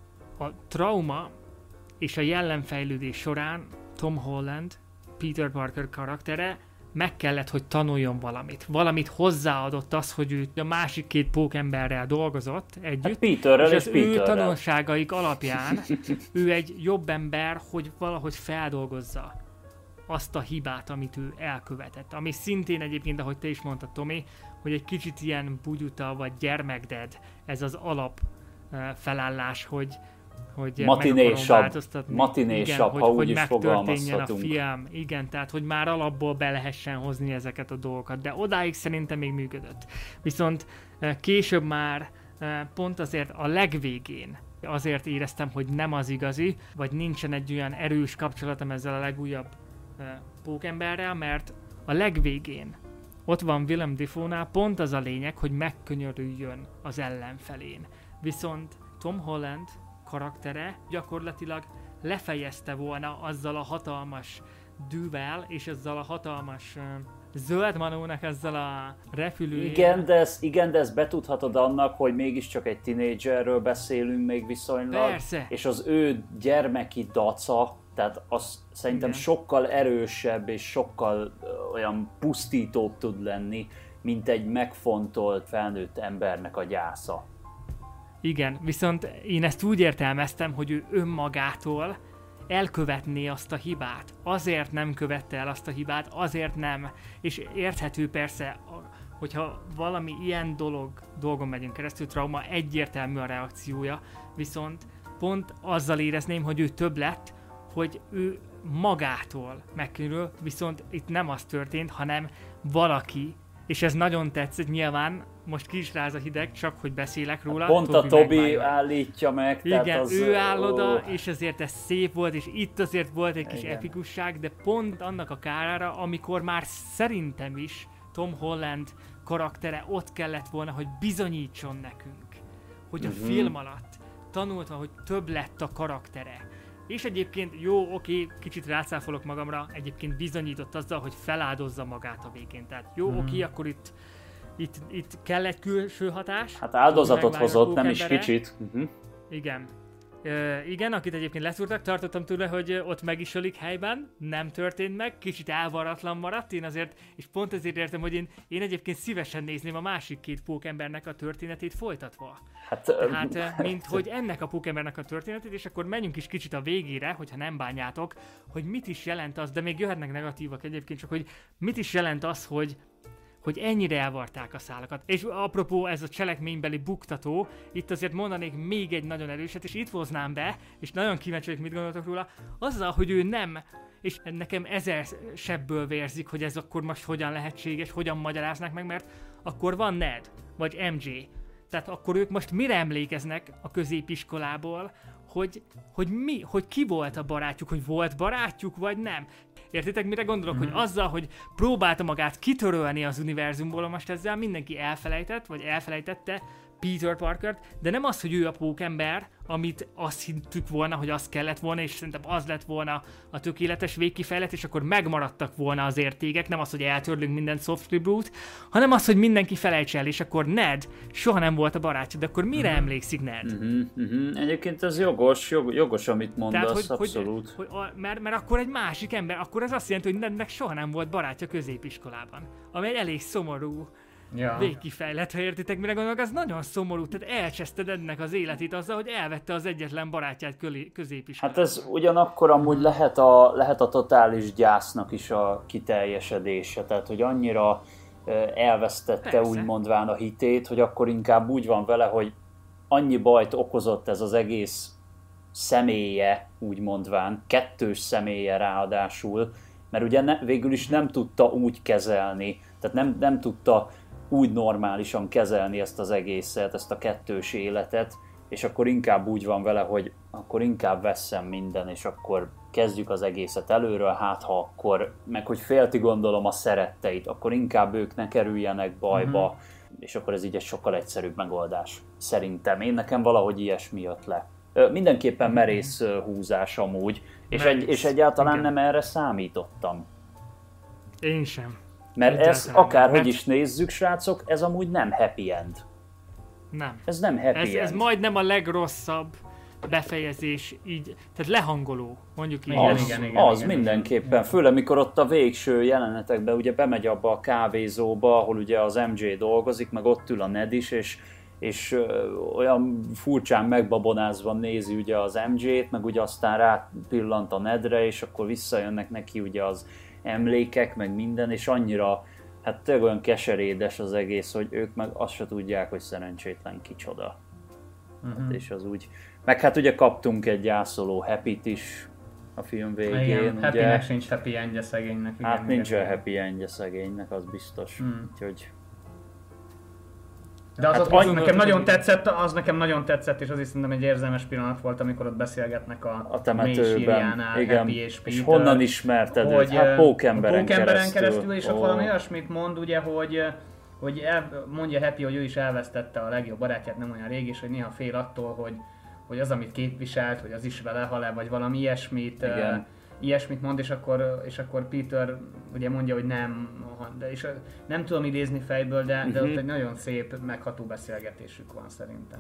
a trauma és a jellemfejlődés során Tom Holland, Peter Parker karaktere meg kellett, hogy tanuljon valamit. Valamit hozzáadott az, hogy ő a másik két pókemberrel dolgozott együtt, hát Peterrel és az és ő Peterrel. tanulságaik alapján ő egy jobb ember, hogy valahogy feldolgozza azt a hibát, amit ő elkövetett. Ami szintén egyébként, ahogy te is mondtad, Tomi, hogy egy kicsit ilyen bugyuta vagy gyermekded, ez az alap uh, felállás, hogy hogy matinésabb, matinésabb, igen, ha hogy, úgy hogy is a fogalmazhatunk. film. Igen, tehát hogy már alapból be lehessen hozni ezeket a dolgokat, de odáig szerintem még működött. Viszont később már pont azért a legvégén azért éreztem, hogy nem az igazi, vagy nincsen egy olyan erős kapcsolatom ezzel a legújabb pókemberrel, mert a legvégén ott van Willem Dafoe-nál pont az a lényeg, hogy megkönyörüljön az ellenfelén. Viszont Tom Holland karaktere gyakorlatilag lefejezte volna azzal a hatalmas dűvel, és azzal a hatalmas uh, zöld manónak, ezzel a repülőjével. Igen, de ezt, igen, de ezt betudhatod annak, hogy mégiscsak egy tinédzserről beszélünk még viszonylag. Persze. És az ő gyermeki daca, tehát az szerintem igen. sokkal erősebb és sokkal uh, olyan pusztítóbb tud lenni, mint egy megfontolt felnőtt embernek a gyásza. Igen, viszont én ezt úgy értelmeztem, hogy ő önmagától elkövetné azt a hibát. Azért nem követte el azt a hibát, azért nem. És érthető persze, hogyha valami ilyen dolog, dolgon megyünk keresztül, trauma, egyértelmű a reakciója, viszont pont azzal érezném, hogy ő több lett, hogy ő magától megkörül, viszont itt nem az történt, hanem valaki, és ez nagyon tetszett, nyilván most ki is ráz a hideg, csak hogy beszélek róla. Pont Toby a Toby Maguire állítja meg. Igen, tehát az, ő áll ó... oda, és ezért ez szép volt, és itt azért volt egy kis igen. epikusság, de pont annak a kárára, amikor már szerintem is Tom Holland karaktere ott kellett volna, hogy bizonyítson nekünk, hogy a uh-huh. film alatt tanulta, hogy több lett a karaktere. És egyébként jó, oké, kicsit rácáfolok magamra, egyébként bizonyított azzal, hogy feláldozza magát a végén. Tehát jó, hmm. oké, akkor itt, itt, itt kell egy külső hatás. Hát áldozatot hozott, nem is kicsit. Uh-huh. Igen. Uh, igen, akit egyébként leszúrtak, tartottam tőle, hogy ott meg is ölik helyben, nem történt meg, kicsit elvarratlan maradt, én azért, és pont ezért értem, hogy én, én egyébként szívesen nézném a másik két pókembernek a történetét folytatva. Hát, Tehát, mint hogy ennek a pókembernek a történetét, és akkor menjünk is kicsit a végére, hogyha nem bánjátok, hogy mit is jelent az, de még jöhetnek negatívak egyébként, csak hogy mit is jelent az, hogy hogy ennyire elvarták a szálakat. És apropó ez a cselekménybeli buktató, itt azért mondanék még egy nagyon erőset, és itt hoznám be, és nagyon kíváncsi vagyok, mit gondoltok róla, azzal, hogy ő nem, és nekem ezer sebből vérzik, hogy ez akkor most hogyan lehetséges, hogyan magyaráznák meg, mert akkor van Ned, vagy em jé, tehát akkor ők most mire emlékeznek a középiskolából, hogy, hogy mi, hogy ki volt a barátjuk, hogy volt barátjuk, vagy nem. Értitek, mire gondolok? Mm-hmm. Hogy azzal, hogy próbálta magát kitörölni az univerzumból, most ezzel mindenki elfelejtett, vagy elfelejtette Peter Parkert, de nem az, hogy ő a pókember, amit azt hittük volna, hogy az kellett volna, és szerintem az lett volna a tökéletes végkifejlet, és akkor megmaradtak volna az értékek, nem az, hogy eltörlünk minden soft reboot, hanem az, hogy mindenki felejts el, és akkor Ned soha nem volt a barátja, de akkor mire mm-hmm. emlékszik Ned? Mm-hmm, mm-hmm. Egyébként ez jogos, jog, jogos, amit mondasz, Tehát, hogy, abszolút. Hogy, hogy, mert, mert akkor egy másik ember, akkor ez azt jelenti, hogy Nednek soha nem volt barátja középiskolában, ami egy elég szomorú ja. végkifejlet, ha értitek, mire gondolok, az nagyon szomorú, tehát elcseszted ennek az életét azzal, hogy elvette az egyetlen barátját középiskolában. Hát ez ugyanakkor amúgy lehet a, lehet a totális gyásznak is a kiteljesedése, tehát hogy annyira elvesztette Persze. úgymondván a hitét, hogy akkor inkább úgy van vele, hogy annyi bajt okozott ez az egész személye, úgymondván, kettős személye ráadásul, mert ugye ne, végül is nem tudta úgy kezelni, tehát nem, nem tudta úgy normálisan kezelni ezt az egészet, ezt a kettős életet, és akkor inkább úgy van vele, hogy akkor inkább vesszem minden, és akkor kezdjük az egészet előről, hát ha akkor, meg hogy félti gondolom a szeretteit, akkor inkább ők ne kerüljenek bajba, mm-hmm. és akkor ez így egy sokkal egyszerűbb megoldás. Szerintem. Én nekem valahogy ilyesmi jött le. Mindenképpen merész húzás amúgy, és, egy, és egyáltalán Igen. nem erre számítottam. Én sem. Mert ez akárhogy Mert... is nézzük, srácok, ez amúgy nem happy end. Nem. Ez nem happy ez, end. Ez majdnem a legrosszabb befejezés, így, tehát lehangoló, mondjuk így. Az, igen, igen, igen, az igen, mindenképpen, igen. Főleg mikor ott a végső jelenetekben ugye bemegy abba a kávézóba, ahol ugye az em jé dolgozik, meg ott ül a Ned is, és és ö, olyan furcsán megbabonázva nézi ugye az em jét, meg ugye aztán rápillant a Nedre, és akkor visszajönnek neki ugye az emlékek, meg minden, és annyira, hát tényleg olyan keserédes az egész, hogy ők meg azt se tudják, hogy szerencsétlen kicsoda. Uh-huh. Hát és az úgy, meg hát ugye kaptunk egy gyászoló happy-t is a film végén. Igen, ugye, happy-nek sincs happy endje szegénynek. Igen, hát nincs olyan happy endje szegénynek, az biztos. Hmm. Úgyhogy De az, hát az, az nekem nagyon tetszett, az nekem nagyon tetszett, és az is szerintem egy érzelmes pillanat volt, amikor ott beszélgetnek a, a temetőben. Igen. Happy és Peter. És honnan ismerted hogy, őt? Hát pókemberen keresztül. keresztül. És oh. ott valami olyasmit mond, ugye, hogy, hogy el, mondja Happy, hogy ő is elvesztette a legjobb barátját nem olyan rég, és hogy néha fél attól, hogy, hogy az, amit képviselt, hogy az is vele hal-e, vagy valami ilyesmit. Igen. ilyesmit mond, és akkor, és akkor Peter ugye mondja, hogy nem, de és nem tudom idézni fejből, de, uh-huh. de ott egy nagyon szép, megható beszélgetésük van szerintem.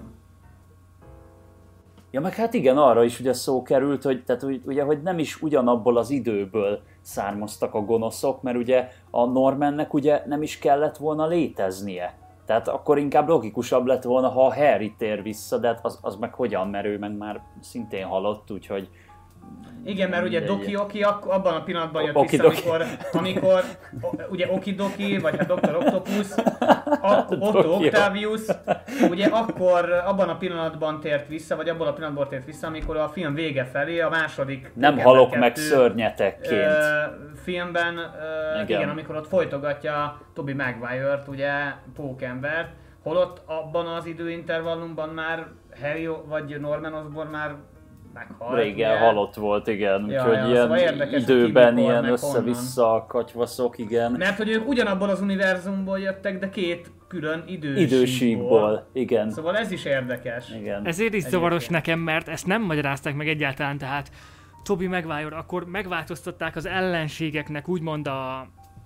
Ja, meg hát igen, arra is ugye szó került, hogy, tehát, ugye, hogy nem is ugyanabból az időből származtak a gonoszok, mert ugye a Normannek ugye nem is kellett volna léteznie. Tehát akkor inkább logikusabb lett volna, ha a Harry tér vissza, de az, az meg hogyan, mert ő meg már szintén halott, úgyhogy igen, mert ugye Doki Oki abban a pillanatban jött vissza, amikor, amikor ugye Okidoki, vagy hát doktor Octopus, Otto Octavius, ugye akkor abban a pillanatban tért vissza, vagy abban a pillanatban tért vissza, amikor a film vége felé a második nem halok meg szörnyetekként filmben, igen. igen, amikor ott folytogatja Tobey Maguire-t, ugye Pókembert, holott abban az időintervallumban már Harry vagy Norman Osborn már meghalt. Régen ugye? halott volt, igen. Ja, úgyhogy ja, ilyen szóval érdekes, időben ilyen össze-vissza katyvaszok, igen. Mert hogy ők ugyanabból az univerzumból jöttek, de két külön idősíkból. Idősíkból, igen. Szóval ez is érdekes. Igen. Ezért is zavaros nekem, mert ezt nem magyarázták meg egyáltalán, tehát Tobey Maguire, akkor megváltoztatták az ellenségeknek úgymond a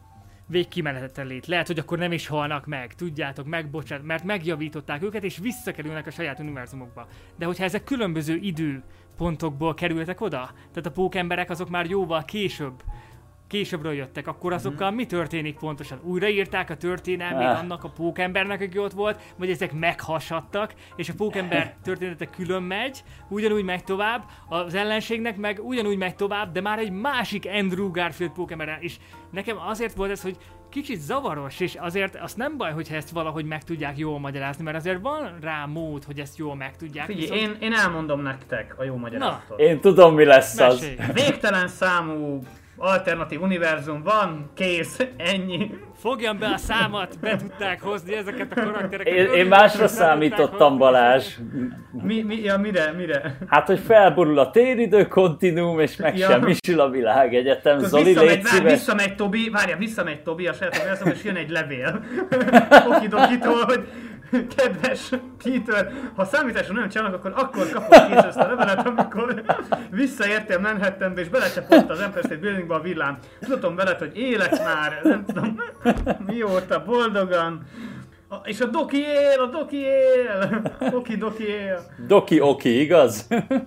végkimenetetelét. Lehet, hogy akkor nem is halnak meg, tudjátok, megbocsát, mert megjavították őket, és visszakerülnek a saját univerzumokba. De hogyha ezek különböző időpontokból kerültek oda, tehát a pókemberek azok már jóval később, későbbről jöttek, akkor azokkal mi történik pontosan? Újraírták a történelmét Ah. annak a pókembernek, aki ott volt, vagy ezek meghasadtak, és a pókember története külön megy, ugyanúgy megy tovább, az ellenségnek meg ugyanúgy megy tovább, de már egy másik Andrew Garfield pókemberrel, és nekem azért volt ez, hogy kicsit zavaros, és azért az nem baj, hogyha ezt valahogy meg tudják jól magyarázni, mert azért van rá mód, hogy ezt jól meg tudják. Figyelj, viszont... én, én elmondom nektek a jó magyarázatot. Én tudom, mi lesz az. Mesélj. Végtelen számú alternatív univerzum van, kész, ennyi. Fogjam be a számat, be tudták hozni ezeket a karaktereket. Én, én másra számítottam, Balázs. Mi, mi, ja, mire, mire? Hát, hogy felborul a téridő kontinuum, és meg Ja. semmisül a világegyetem. Akkor Zoli, visszamegy, légy vár, szíves. visszamegy Tobi, várja, visszamegy Tobi a saját univerzumba, és jön egy levél. Okidokitól, hogy kedves Peter, ha számításra nem csinálnak, akkor akkor kapod kész ezt a levelet, amikor visszaértél Manhattanbe, és belecsapott az Empire State Buildingba a villám. Tudatom veled, hogy élek már, nem tudom, mióta, boldogan. A, és a doki él, a doki él! Oki doki él! Doki oki, igaz?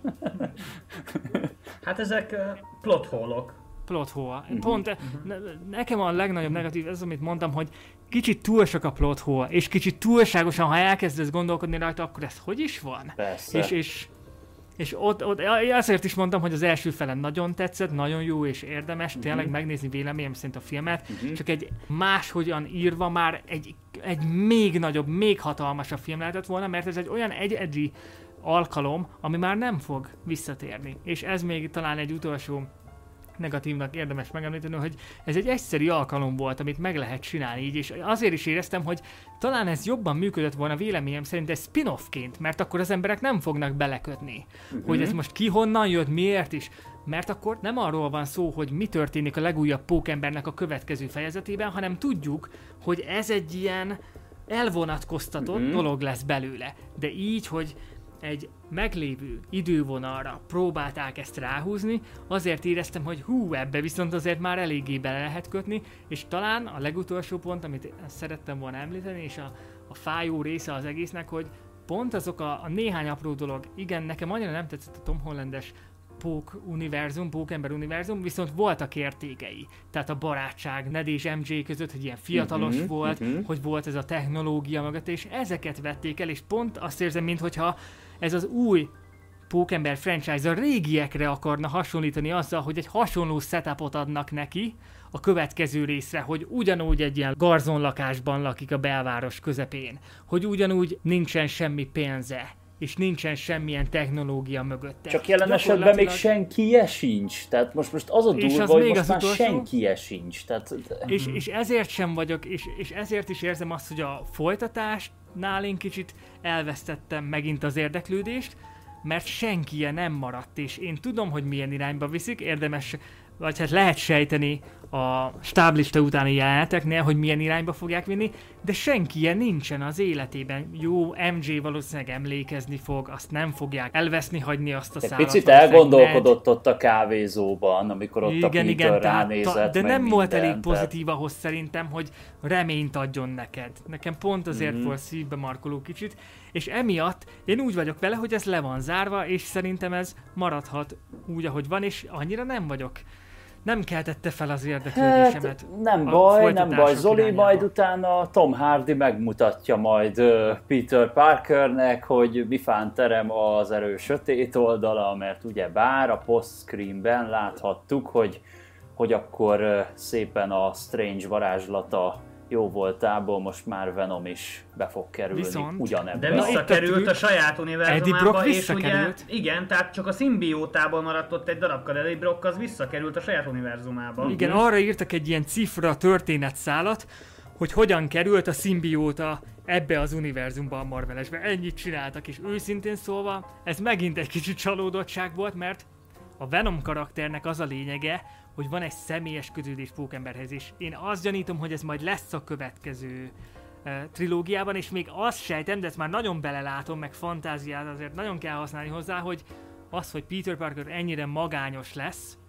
Hát ezek uh, plot hole-ok. Plot hole. Pont ne, nekem a legnagyobb negatív, ez amit mondtam, hogy kicsit túl sok a plot hole, és kicsit túlságosan, ha elkezdesz gondolkodni rajta, akkor ez hogy is van? Persze. És, és, és ott, ott, azért is mondtam, hogy az első fele nagyon tetszett, nagyon jó és érdemes uh-huh. tényleg megnézni véleményem szerint a filmet, uh-huh. csak egy máshogyan írva már egy, egy még nagyobb, még hatalmasabb film lehetett volna, mert ez egy olyan egyedi alkalom, ami már nem fog visszatérni. És ez még talán egy utolsó negatívnak érdemes megemlíteni, hogy ez egy egyszerű alkalom volt, amit meg lehet csinálni így, és azért is éreztem, hogy talán ez jobban működött volna véleményem szerint egy spin-offként, mert akkor az emberek nem fognak belekötni, uh-huh. hogy ez most ki honnan jött, miért is, mert akkor nem arról van szó, hogy mi történik a legújabb pókembernek a következő fejezetében, hanem tudjuk, hogy ez egy ilyen elvonatkoztatott uh-huh. dolog lesz belőle, de így, hogy egy meglévő idővonalra próbálták ezt ráhúzni, azért éreztem, hogy hú, ebbe viszont azért már eléggé bele lehet kötni, és talán a legutolsó pont, amit szerettem volna említeni, és a, a fájó része az egésznek, hogy pont azok a, a néhány apró dolog, igen, nekem annyira nem tetszett a Tom Hollandes Pók univerzum, Pókember univerzum, viszont voltak értékei. Tehát a barátság Ned és em jé között, hogy ilyen fiatalos uh-huh, volt, uh-huh. hogy volt ez a technológia mögött, és ezeket vették el, és pont azt érzem, minthogyha ez az új Pókember franchise a régiekre akarna hasonlítani azzal, hogy egy hasonló setupot adnak neki a következő részre, hogy ugyanúgy egy ilyen garzonlakásban lakik a belváros közepén, hogy ugyanúgy nincsen semmi pénze, és nincsen semmilyen technológia mögötte. Csak jelen esetben még senkije sincs. Tehát most, most az a durva, hogy most már utolsó... senkije sincs. Tehát... És, és ezért sem vagyok, és, és ezért is érzem azt, hogy a folytatásnál én kicsit elvesztettem megint az érdeklődést, mert senkije nem maradt, és én tudom, hogy milyen irányba viszik, érdemes, vagy hát lehet sejteni a stáblista utáni jeleneteknél, hogy milyen irányba fogják vinni, de senkije nincsen az életében. Jó, em jé valószínűleg emlékezni fog, azt nem fogják elveszni, hagyni azt a Egy szállat. picit elgondolkodott ott a kávézóban, amikor ott igen, a Peter igen, ránézett. Ta, de nem minden, volt elég tehát... pozitív ahhoz szerintem, hogy reményt adjon neked. Nekem pont azért Mm-hmm. volt szívbe markoló kicsit, és emiatt én úgy vagyok vele, hogy ez le van zárva, és szerintem ez maradhat úgy, ahogy van, és annyira nem vagyok. Nem keltette fel az érdeklődésemet. Hát, nem baj, nem baj. Zoli irányába. majd utána Tom Hardy megmutatja majd uh, Peter Parkernek, hogy mi fán terem az erő sötét oldala, mert ugye bár a post-screenben láthattuk, hogy, hogy akkor uh, szépen a Strange varázslata jó voltából most már Venom is be fog kerülni Viszont, ugyanebben. De visszakerült a saját univerzumába, és ugye, igen, tehát csak a szimbiótából maradt ott egy darabka, de Eddie Brock az visszakerült a saját univerzumába. Igen, arra írtak egy ilyen cifra történetszálat, hogy hogyan került a szimbióta ebbe az univerzumba a Marvelesbe. Ennyit csináltak, és őszintén szólva, ez megint egy kicsit csalódottság volt, mert a Venom karakternek az a lényege, hogy van egy személyes kötődés Pókemberhez, és én azt gyanítom, hogy ez majd lesz a következő uh, trilógiában, és még azt sejtem, de ezt már nagyon belelátom, meg fantáziát azért nagyon kell használni hozzá, hogy az, hogy Peter Parker ennyire magányos lesz,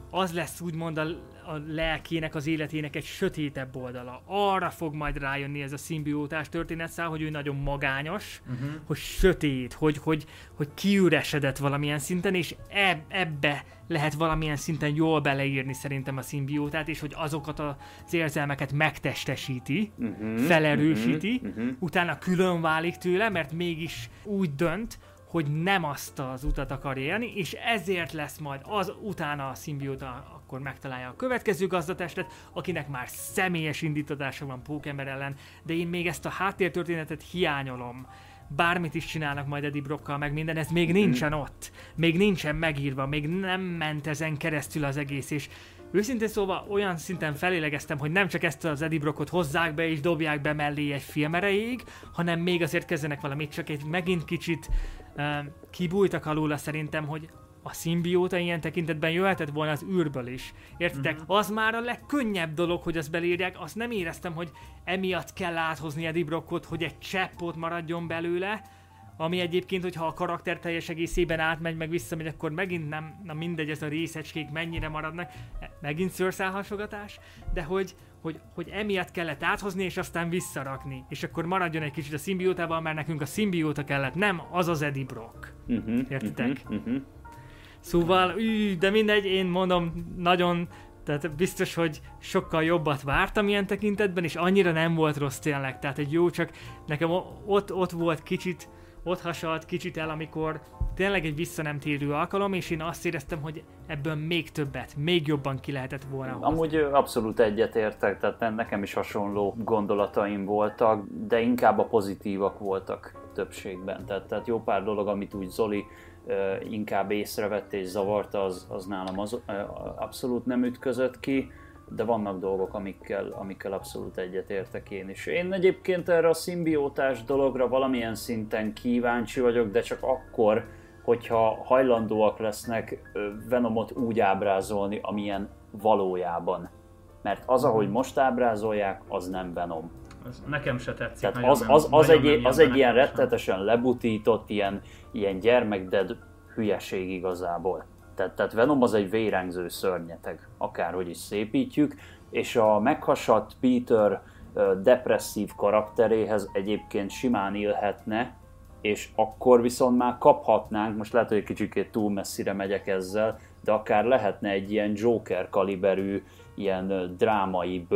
az lesz úgymond a, a lelkének, az életének egy sötétebb oldala. Arra fog majd rájönni ez a szimbiótás történetszál, hogy ő nagyon magányos, uh-huh. hogy sötét, hogy, hogy, hogy kiüresedett valamilyen szinten, és eb, ebbe lehet valamilyen szinten jól beleírni szerintem a szimbiótát, és hogy azokat az érzelmeket megtestesíti, uh-huh. felerősíti, uh-huh. utána külön válik tőle, mert mégis úgy dönt, hogy nem azt az utat akar élni, és ezért lesz majd az utána a szimbióta, akkor megtalálja a következő gazdatestet, akinek már személyes indítatása van Pókember ellen, de én még ezt a háttértörténetet hiányolom. Bármit is csinálnak majd Eddie Brockkal, meg minden, ez még nincsen ott. Még nincsen megírva, még nem ment ezen keresztül az egész, és őszintén szóval olyan szinten felélegeztem, hogy nem csak ezt az Eddie Brockot hozzák be és dobják be mellé egy film erejéig, hanem még azért kezdenek valamit, csak egy megint kicsit uh, kibújtak alóla szerintem, hogy a szimbióta ilyen tekintetben jöhetett volna az űrből is. Értitek? Uh-huh. Az már a legkönnyebb dolog, hogy azt belírják, azt nem éreztem, hogy emiatt kell áthozni Eddie Brockot, hogy egy cseppot maradjon belőle, ami egyébként, hogyha a karakter teljes egészében átmegy, meg visszamegy, akkor megint nem, na mindegy, ez a részecskék mennyire maradnak, megint szőrszálhasogatás, de hogy, hogy, hogy emiatt kellett áthozni, és aztán visszarakni, és akkor maradjon egy kicsit a szimbiótában, mert nekünk a szimbióta kellett, nem az az Eddie Brock. Uh-huh, értitek? Uh-huh, uh-huh. Szóval, üh, de mindegy, én mondom, nagyon, tehát biztos, hogy sokkal jobbat vártam ilyen tekintetben, és annyira nem volt rossz tényleg, tehát egy jó, csak nekem ott, ott volt kicsit, ott hasalt kicsit el, amikor tényleg egy vissza nem térő alkalom, és én azt éreztem, hogy ebből még többet, még jobban ki lehetett volna hozni. Amúgy abszolút egyetértek, tehát nekem is hasonló gondolataim voltak, de inkább a pozitívak voltak többségben. Tehát, tehát jó pár dolog, amit úgy Zoli uh, inkább észrevett és zavarta, az, az nálam az, uh, abszolút nem ütközött ki, de vannak dolgok, amikkel, amikkel abszolút egyetértek én is. Én egyébként erre a szimbiótás dologra valamilyen szinten kíváncsi vagyok, de csak akkor, hogyha hajlandóak lesznek Venomot úgy ábrázolni, amilyen valójában. Mert az, ahogy most ábrázolják, az nem Venom. Az nekem se tetszik. Tehát az, az, az egy, az egy ilyen rettetesen lebutított, ilyen, ilyen gyermekded hülyeség igazából. Tehát, tehát Venom az egy vérengző szörnyeteg, akárhogy is szépítjük, és a meghasadt Peter depresszív karakteréhez egyébként simán illhetne, és akkor viszont már kaphatnánk, most lehet, hogy egy kicsikét túl messzire megyek ezzel, de akár lehetne egy ilyen Joker kaliberű, ilyen drámaibb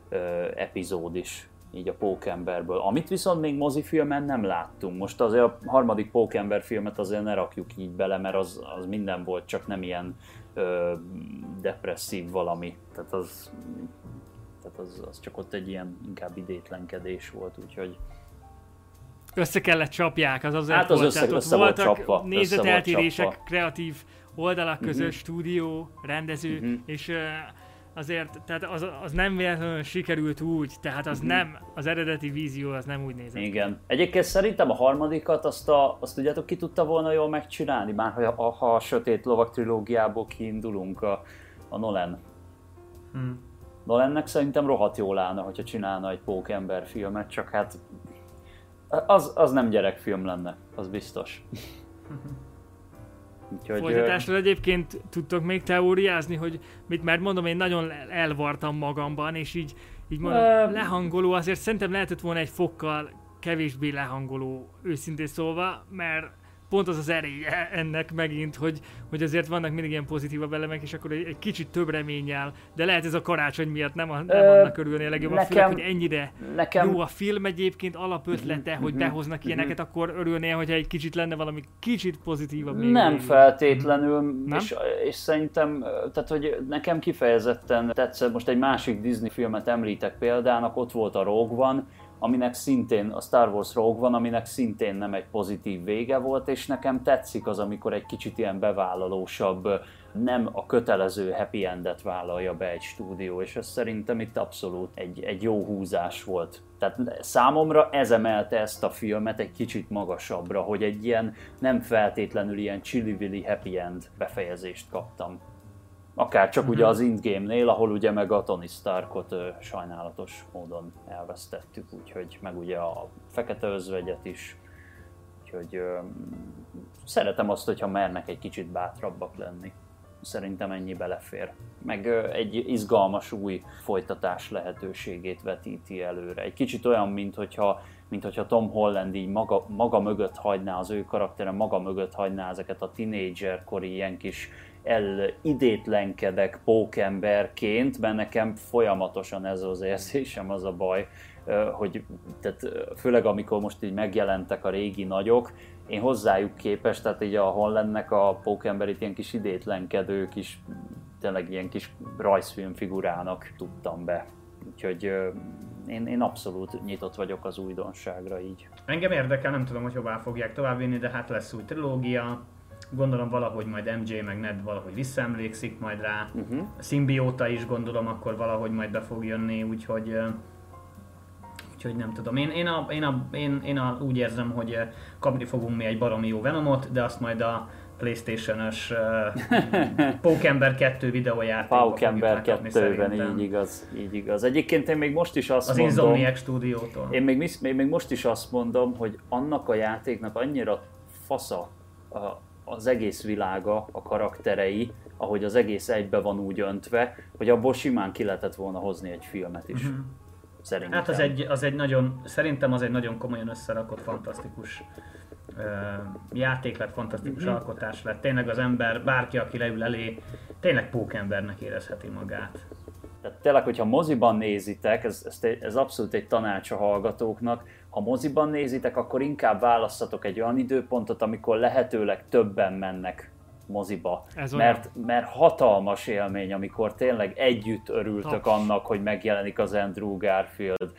epizód is így a Pókemberből, amit viszont még mozifilmen nem láttunk. Most azért a harmadik Pókember filmet azért ne rakjuk így bele, mert az, az minden volt, csak nem ilyen ö, depresszív valami. Tehát, az, tehát az, az csak ott egy ilyen inkább idétlenkedés volt, úgyhogy... Össze kellett csapják, az azért hát az volt. Össze, Tehát össze ott volt voltak csapva, nézeteltérések, kreatív oldalak között, uh-huh. stúdió, rendező, uh-huh. és... Uh, azért, tehát az, az nem véletlenül sikerült úgy, tehát az uh-huh. nem, az eredeti vízió az nem úgy nézett. Igen. Egyébként szerintem a harmadikat azt, a, azt tudjátok, ki tudta volna jól megcsinálni, már ha, ha a Sötét Lovak trilógiából kiindulunk, a, a Nolan. Hmm. Nolannek szerintem rohadt jól állna, hogyha csinálna egy Pókember filmet, csak hát az, az nem gyerekfilm lenne, az biztos. Úgyhogy, folytatásról egyébként tudtok még teóriázni, hogy mit, mert mondom, én nagyon elvartam magamban, és így, így mondom, uh, lehangoló, azért szerintem lehetett volna egy fokkal kevésbé lehangoló, őszintén szólva, mert pont az az erélye ennek megint, hogy, hogy azért vannak mindig ilyen pozitívabb elemek, és akkor egy, egy kicsit több reménnyel, de lehet ez a karácsony miatt nem, a, nem uh, annak örülni a legjobb, nekem, főleg, hogy ennyire nekem... jó a film egyébként, alapötlete, hogy behoznak ilyeneket, akkor örülnél, hogyha egy kicsit lenne valami kicsit pozitívabb. Még nem még. feltétlenül, nem? És, és szerintem, tehát hogy nekem kifejezetten tetszett, most egy másik Disney filmet említek példának, ott volt a Rogue One, aminek szintén, a Star Wars Rogue One, aminek szintén nem egy pozitív vége volt, és nekem tetszik az, amikor egy kicsit ilyen bevállalósabb, nem a kötelező happy endet vállalja be egy stúdió, és ez szerintem itt abszolút egy, egy jó húzás volt. Tehát számomra ez emelte ezt a filmet egy kicsit magasabbra, hogy egy ilyen nem feltétlenül ilyen chili-willy happy end befejezést kaptam. Akár csak uh-huh. ugye az Endgame-nél, ahol ugye meg a Tony Starkot ö, sajnálatos módon elvesztettük, úgyhogy meg ugye a Fekete Özvegyet is, úgyhogy ö, szeretem azt, hogyha mernek egy kicsit bátrabbak lenni. szerintem ennyi belefér. Meg egy izgalmas új folytatás lehetőségét vetíti előre. Egy kicsit olyan, mint hogyha, mint hogyha Tom Holland így maga, maga mögött hagyná, az ő karaktere maga mögött hagyná ezeket a tínédzserkori ilyen kis elidétlenkedek pókemberként, mert nekem folyamatosan ez az érzésem, az a baj, hogy tehát főleg amikor most így megjelentek a régi nagyok, én hozzájuk képest, tehát így a Hollandnek a pókemberit ilyen kis idétlenkedő, kis, tényleg ilyen kis rajzfilmfigurának tudtam be. Úgyhogy én, én abszolút nyitott vagyok az újdonságra így. Engem érdekel, nem tudom, hogy hová fogják továbbvinni, de hát lesz új trilógia. Gondolom valahogy majd em jé meg Ned valahogy visszaemlékszik majd rá. Uh-huh. A szimbióta is gondolom akkor valahogy majd be fog jönni, úgyhogy... Úgyhogy nem tudom. Én, én, a, én, a, én, én a, úgy érzem, hogy kapni fogunk mi egy baromi jó Venomot, de azt majd a PlayStation-ös uh, Pókember kettő videójátékban Pókember kettőben, így igaz, így igaz. Egyébként én még most is azt az mondom... Az Insomniac stúdiótól. Én még, még, még most is azt mondom, hogy annak a játéknak annyira fasza a, az egész világa, a karakterei, ahogy az egész egybe van úgy öntve, hogy abból simán ki lehetett volna hozni egy filmet is. Uh-huh. Szerintem. Hát az egy, az egy nagyon, szerintem az egy nagyon komolyan összerakott, fantasztikus uh, játék lett, fantasztikus mm-hmm. alkotás lett. Tényleg az ember, bárki, aki leül elé, tényleg pókembernek érezheti magát. Tehát tényleg, hogyha moziban nézitek, ez, ez, ez abszolút egy tanács a hallgatóknak, ha moziban nézitek, akkor inkább válasszatok egy olyan időpontot, amikor lehetőleg többen mennek moziba, mert, mert hatalmas élmény, amikor tényleg együtt örültök Taps. annak, hogy megjelenik az Andrew Garfield.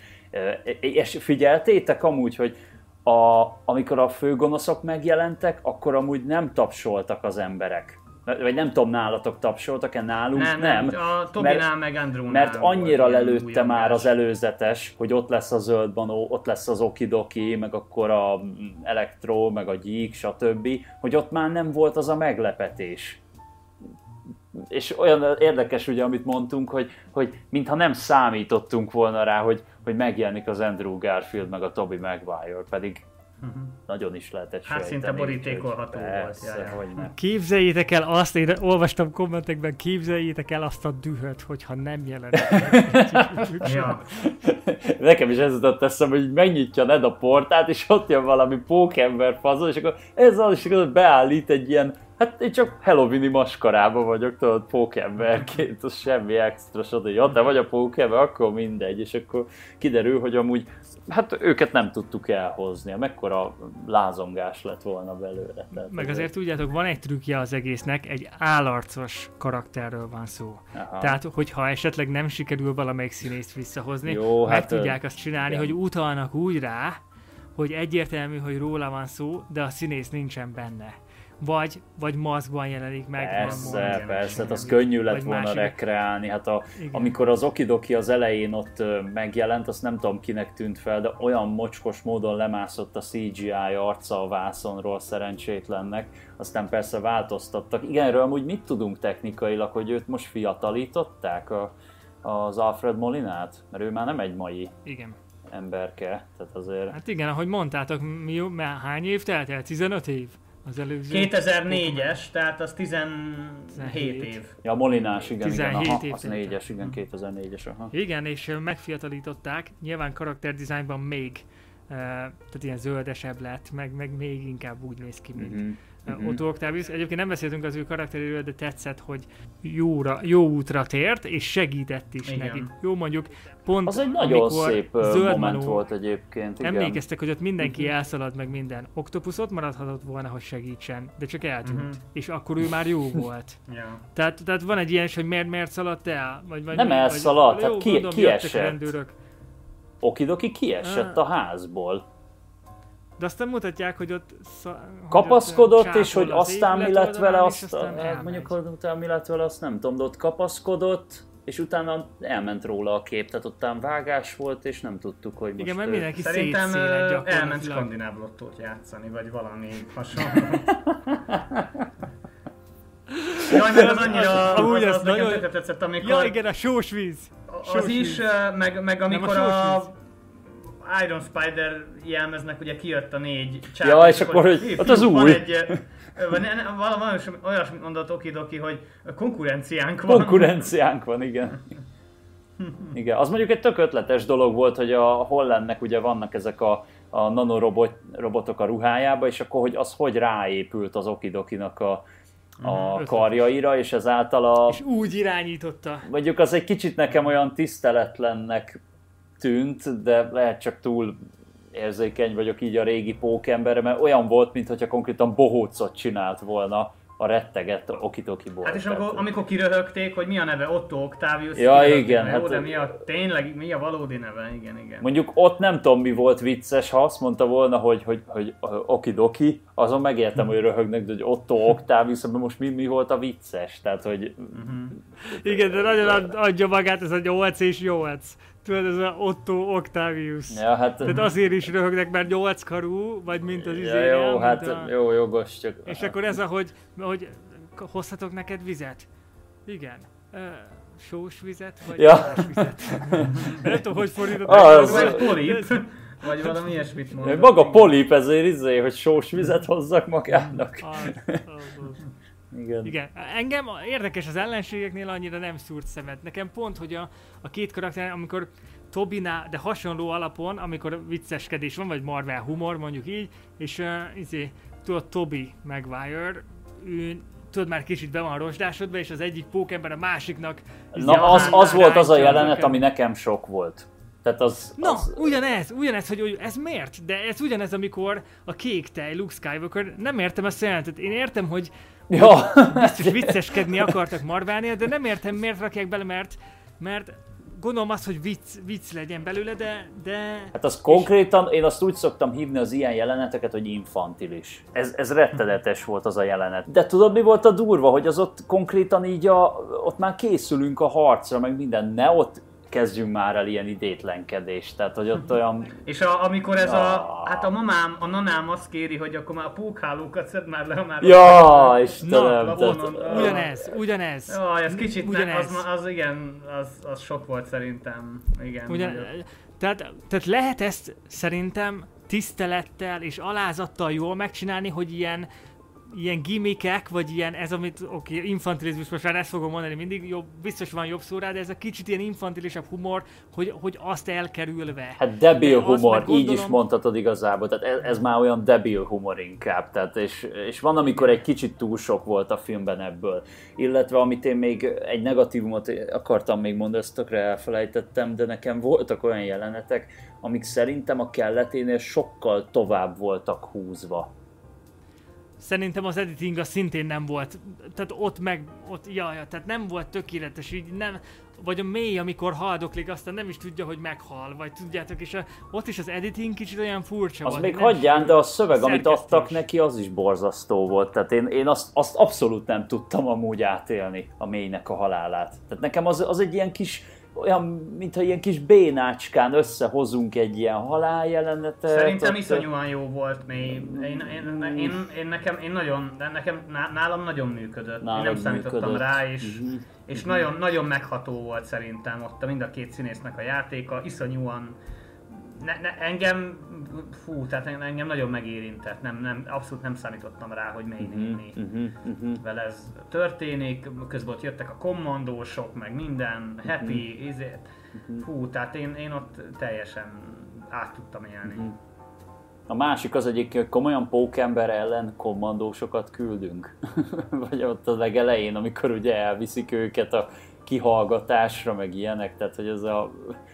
És figyeltétek amúgy, hogy a, amikor a főgonoszok megjelentek, akkor amúgy nem tapsoltak az emberek. Vagy nem tudom, nálatok tapsoltak-e, nálunk nem. Nem, nem. A Tobinál meg Andrewnál. Mert annyira lelőtte már az előzetes, hogy ott lesz a zöld banó, ott lesz az okidoki, meg akkor a elektro, meg a gyík, stb., hogy ott már nem volt az a meglepetés. És olyan érdekes ugye, amit mondtunk, hogy, hogy mintha nem számítottunk volna rá, hogy, hogy megjelenik az Andrew Garfield, meg a Tobey Maguire, pedig Uh-huh. nagyon is lehetett hát sejteni. Hát szinte borítékolható persze, volt. Hogy nem. Képzeljétek el azt, én olvastam kommentekben, képzeljétek el azt a dühöt, hogyha nem jelenik. ja. Nekem is ez jutott eszembe, hogy megnyitja Ned a portát, és ott jön valami pókember fazon, és akkor ez az, és akkor beállít egy ilyen, hát én csak Halloween-i maskarában vagyok, tudod, pókemberként, az semmi extra, stb. Ja, te vagy a pókember, akkor mindegy, és akkor kiderül, hogy amúgy hát őket nem tudtuk elhozni, mekkora lázongás lett volna belőle. Tehát meg azért tudjátok, van egy trükkje az egésznek, egy állarcos karakterről van szó. Aha. Tehát, hogyha esetleg nem sikerül valamelyik színészt visszahozni, Jó, meg hát tudják azt csinálni, igen. hogy utalnak úgy rá, hogy egyértelmű, hogy róla van szó, de a színész nincsen benne. Vagy, vagy maszkban jelenik meg. Persze, nem persze, hát az könnyű lett volna másik... rekreálni. Hát a, amikor az okidoki az elején ott megjelent, azt nem tudom kinek tűnt fel, de olyan mocskos módon lemászott a cé gé í arca a vászonról szerencsétlennek. Aztán persze változtattak. Igen, erről amúgy mit tudunk technikailag, hogy őt most fiatalították, a, az Alfred Molinát? Mert ő már nem egy mai igen. emberke. Tehát azért... Hát igen, ahogy mondtátok, mi, hány év telt el? tizenöt év? Az előző... kétezer-négyes, tehát az tizenhét év. Ja, Molinás, igen, igen, aha, év az négyes, igen, kétezer-négyes, aha. Igen, és megfiatalították, nyilván karakterdizájnban még, uh, tehát ilyen zöldesebb lett, meg, meg még inkább úgy néz ki, mint uh-huh. Otto Octavius. Egyébként nem beszéltünk az ő karakteréről, de tetszett, hogy jóra, jó útra tért, és segített is igen. neki. Jó, mondjuk pont az egy nagyon szép moment Manó, volt egyébként. Igen. Emlékeztek, hogy ott mindenki uh-huh. elszalad meg minden. Octopus ott maradhatott volna, hogy segítsen, de csak eltűnt. Uh-huh. És akkor ő már jó volt. yeah. tehát, tehát van egy ilyen, hogy miért, miért szaladt el? Vagy, vagy nem mi, elszaladt, hát ki, mondom, kiesett. Okidoki kiesett ah. a házból. De aztán mutatják, hogy ott... Szá, kapaszkodott, hogy és hogy aztán mi lett vele, azt, hát mondjuk, hogy utána mi lett vele, azt nem tudom, de ott kapaszkodott, és utána elment róla a kép, tehát ottán vágás volt, és nem tudtuk, hogy most... Igen, mert mindenki szerintem szétszéled elment skandináv lottót játszani, vagy valami hasonló. Jaj, mert az annyira... Amúgy az, az, az nagyon... nekem tetszett, amikor... Ja, igen, a sós víz. Az is, meg, meg amikor a... Iron Spider jelmeznek ugye kijött a négy csávó. Ja, és akkor, hogy hát az új. Egy, valami olyasmit mondott Okidoki, hogy konkurenciánk van. Konkurenciánk van, igen. Igen, az mondjuk egy tök ötletes dolog volt, hogy a Hollandnek ugye vannak ezek a, a nanorobotok a ruhájába, és akkor hogy az hogy ráépült az Okidokinak a, a karjaira, és ezáltal a... És úgy irányította. Mondjuk az egy kicsit nekem olyan tiszteletlennek tűnt, de lehet csak túl érzékeny vagyok így a régi pókemberre, mert olyan volt, mintha konkrétan bohócot csinált volna a rettegett Okidokiból. Hát és amikor, amikor kiröhögték, hogy mi a neve, Otto Octavius. Ja, igen. Hát, jó, de mi a, tényleg, mi a valódi neve? Igen, igen. Mondjuk ott nem tudom, mi volt vicces, ha azt mondta volna, hogy, hogy, hogy Okidoki, azon megértem, hogy röhögnek, de hogy Otto Octavius, de most mi, mi volt a vicces? Tehát, hogy... Uh-huh. Igen, de nagyon adja magát ez a nyolc és nyolc. Tudod, ez a Otto Octavius. Ja, hát... Tehát azért is röhögnek, mert nyolc karú, vagy mint az izénél. Ja, jó, hát a... jó, jogos, csak... És akkor ez a, hogy, hogy hozhatok neked vizet? Igen. Uh, sós vizet, vagy ja. más vizet? Nem tudom, hogy fordított. Az... Vagy polip, vagy valami ilyesmit mondott. Maga polip ezért izé, hogy sós vizet hozzak magának. Az, az, az. Igen. Igen. Engem érdekes az ellenségeknél annyira nem szúrt szemet. Nekem pont, hogy a, a két karakter, amikor Tobinál, de hasonló alapon, amikor vicceskedés van, vagy Marvel humor, mondjuk így, és uh, izé, tudod, Tobey Maguire, ő tudod, már kicsit be van rozsdásodva, és az egyik pókember a másiknak... Na, az, az volt az a jelenet, ami nekem sok volt. Tehát az, Na, az... ugyanez, ugyanez, hogy ez miért? De ez ugyanez, amikor a kék tej, Luke Skywalker, nem értem ezt a jelenetet. Én értem, hogy ja. biztos vicceskedni akartak Marvelnél, de nem értem, miért rakják bele, mert, mert gondolom azt, hogy vicc, vicc legyen belőle, de... de... Hát az konkrétan, én azt úgy szoktam hívni az ilyen jeleneteket, hogy infantilis. Ez, ez rettenetes volt az a jelenet. De tudod, mi volt a durva, hogy az ott konkrétan így a, ott már készülünk a harcra, meg minden, ne ott kezdjünk már el ilyen idétlenkedést, tehát hogy ott olyan... És a, amikor ez ja. a, hát a mamám, a nanám azt kéri, hogy akkor már a pókhálókat szedd már le, már... Ja, Istenem! Na, tehát... Ugyanez, ugyanez. Ja, ez kicsit, ugyanez. Ne, az, az igen, az, az sok volt szerintem. Igen. Ugyan, tehát, tehát lehet ezt szerintem tisztelettel és alázattal jól megcsinálni, hogy ilyen ilyen gimmickek, vagy ilyen, ez amit, oké, okay, infantilizmus, most már ezt fogom mondani mindig, jobb, biztos van jobb szó rá, de ez a kicsit ilyen infantilisabb humor, hogy, hogy azt elkerülve. Hát debil humor, így gondolom... is mondhatod igazából, tehát ez, ez már olyan debil humor inkább, tehát és, és van, amikor egy kicsit túl sok volt a filmben ebből. Illetve amit én még egy negatívumot akartam még mondani, ezt tökre elfelejtettem, de nekem voltak olyan jelenetek, amik szerintem a kelleténél sokkal tovább voltak húzva. Szerintem az editing az szintén nem volt, tehát ott meg, ott, jaj, tehát nem volt tökéletes, így nem, vagy a mély, amikor haldoklik, aztán nem is tudja, hogy meghal, vagy tudjátok, és a, ott is az editing kicsit olyan furcsa az volt. Az még hagyján, de a szöveg, amit adtak neki, az is borzasztó volt, tehát én, én azt, azt abszolút nem tudtam amúgy átélni, a mélynek a halálát. Tehát nekem az, az egy ilyen kis, olyan, mintha ilyen kis bénácskán összehozunk egy ilyen haláljelenetet. Szerintem iszonyúan jó volt még. Én, én, én, én, én, nekem, én nagyon, de nekem, nálam nagyon működött. Nálam én nem számítottam működött. rá, és, uh-huh. és uh-huh. Nagyon, nagyon megható volt szerintem ott mind a két színésznek a játéka. Iszonyúan, ne, ne, engem, fú, tehát engem nagyon megérintett. Nem, nem, abszolút nem számítottam rá, hogy mely néni uh-huh. uh-huh. vele ez történik. Közben ott jöttek a kommandósok, meg minden, happy, uh-huh. ezért. Uh-huh. Fú, tehát én, én ott teljesen át tudtam élni. Uh-huh. A másik az egyik, komolyan pókember ellen kommandósokat küldünk. Vagy ott a legelején, amikor ugye elviszik őket a kihallgatásra, meg ilyenek, tehát hogy ez a...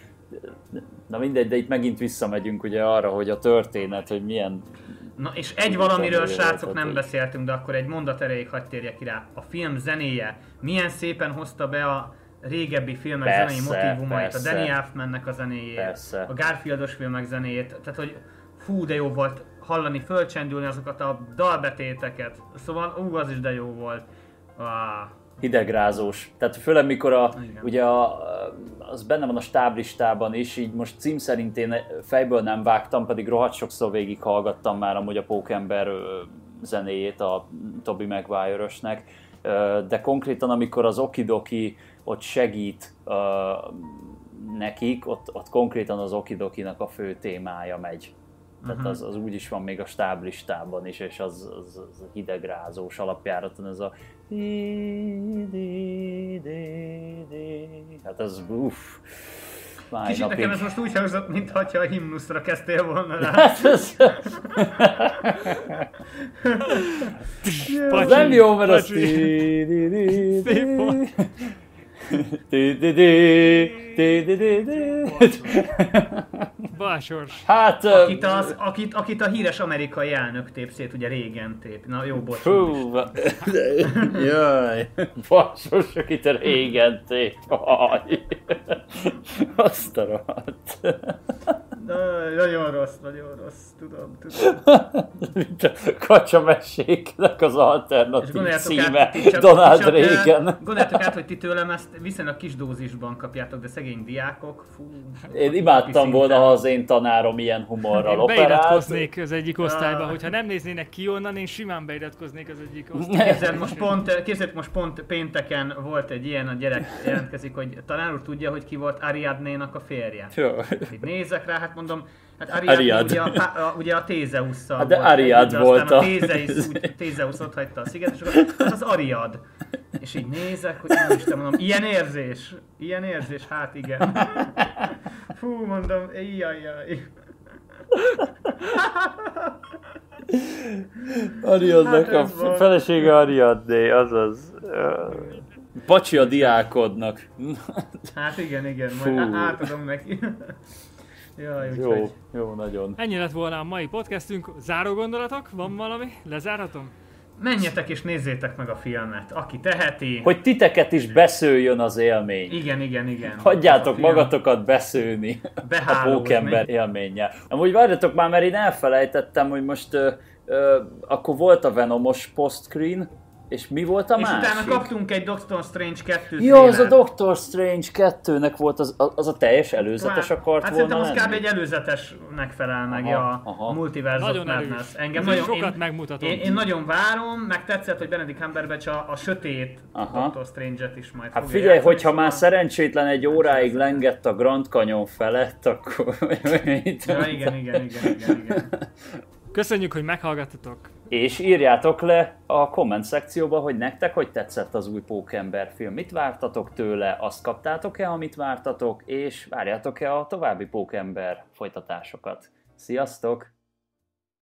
Na mindegy, de itt megint visszamegyünk ugye arra, hogy a történet, hogy milyen... Na és egy valamiről, srácok, nem beszéltünk, de akkor egy mondat erejéig hadd térjek ki rá. A film zenéje milyen szépen hozta be a régebbi filmek persze, zenei motívumait, persze. A Danny Elfmannek a zenéjét, persze. A Garfieldos filmek zenéjét, tehát hogy fú, de jó volt hallani, fölcsendülni azokat a dalbetéteket, szóval ú, az is de jó volt. Ah. Hidegrázós. Tehát főleg mikor a, ugye a, az benne van a stáblistában is, így most cím szerint én fejből nem vágtam, pedig rohadt sokszor végighallgattam már amúgy a Pókember zenéjét a Tobey Maguire-ösnek, de konkrétan amikor az Okidoki ott segít nekik ott, ott konkrétan az Okidokinak a fő témája megy. Tehát Uh-huh. az, az úgy is van még a stáblistában is, és az, az, az hidegrázós alapjáraton ez a... Hát az uff... Kicsit nekem ez most úgy hangzott, mintha a himnuszra kezdtél volna rá. Hát ez... az nem jó, mert az... Balsors. Hát... Akit, az, akit, akit a híres amerikai elnök tép szét, ugye régen tép. Na jó, bocs. Fú, jaj, Balsors, akit a régen tép. Azt a rohadt. Na, nagyon rossz, nagyon rossz, tudom, tudom. Mint a kacsameséknek az alternatív címe, át, csak, Donald csak, Reagan. Gondoljátok át, hogy ti tőlem ezt viszonylag kis dózisban kapjátok, de szegény diákok, fú. Én imádtam volna, ha az én tanárom ilyen humorral Én operált. beiratkoznék az egyik osztályba, hogyha nem néznének ki onnan, én simán beiratkoznék az egyik osztályba. Képzeld, most pont, képzeld, most pont pénteken volt egy ilyen, a gyerek jelentkezik, hogy tanár úr tudja, hogy ki volt Ariadnénak a férje. Jó. Így nézek rá, hát mondom, hát Ariadne Ariad. ugye a, a, ugye a Tézeusszal Hát de volt Ariad együtt, de volt aztán a- a Tézeus, úgy, Tézeusz ott hagyta a sziget, és akkor hát az Ariad. És így nézek, hogy nem Isten, mondom, ilyen érzés, ilyen érzés, hát igen. Fú, mondom, jajjaj. Ariadnak Hát a ez volt. felesége Ariadné, azaz. Pacsi a diákodnak. Hát igen, igen, majd Fú. átadom neki. Jaj, Jó, úgyhogy. jó, nagyon. Ennyi lett volna a mai podcastünk. Záró gondolatok? Van valami? Lezárhatom? Menjetek és nézzétek meg a filmet, aki teheti. Hogy titeket is beszőjön az élmény. Igen, igen, igen. Hagyjátok A film magatokat beszőni a behálózni. Pókember élménnyel. Amúgy várjatok már, mert én elfelejtettem, hogy most ö, ö, akkor volt a Venomos postscreen, és mi volt a És másik? utána kaptunk egy Doctor Strange kettő Jó, az a trélert. Doctor Strange kettőnek volt, az, az a teljes előzetes akart Hát volna szerintem az kb. lenni? egy előzetesnek felel meg, Aha, ja, aha. a Multiverse of Nagyon Madness. erős. Engem Ez nagyon, sokat én, megmutatott. én, én nagyon várom, meg tetszett, hogy Benedict Cumberbatch a, a sötét Aha. Doctor Strange-et is majd Hát fogja figyelj, játszani, hogyha szóval- már szerencsétlen egy óráig lengett a Grand Canyon felett, akkor... Ja, igen, igen, igen, igen, igen. Köszönjük, hogy meghallgattatok. És írjátok le a komment szekcióba, hogy nektek hogy tetszett az új Pókember film. Mit vártatok tőle, azt kaptátok-e, amit vártatok, és várjátok-e a további Pókember folytatásokat. Sziasztok!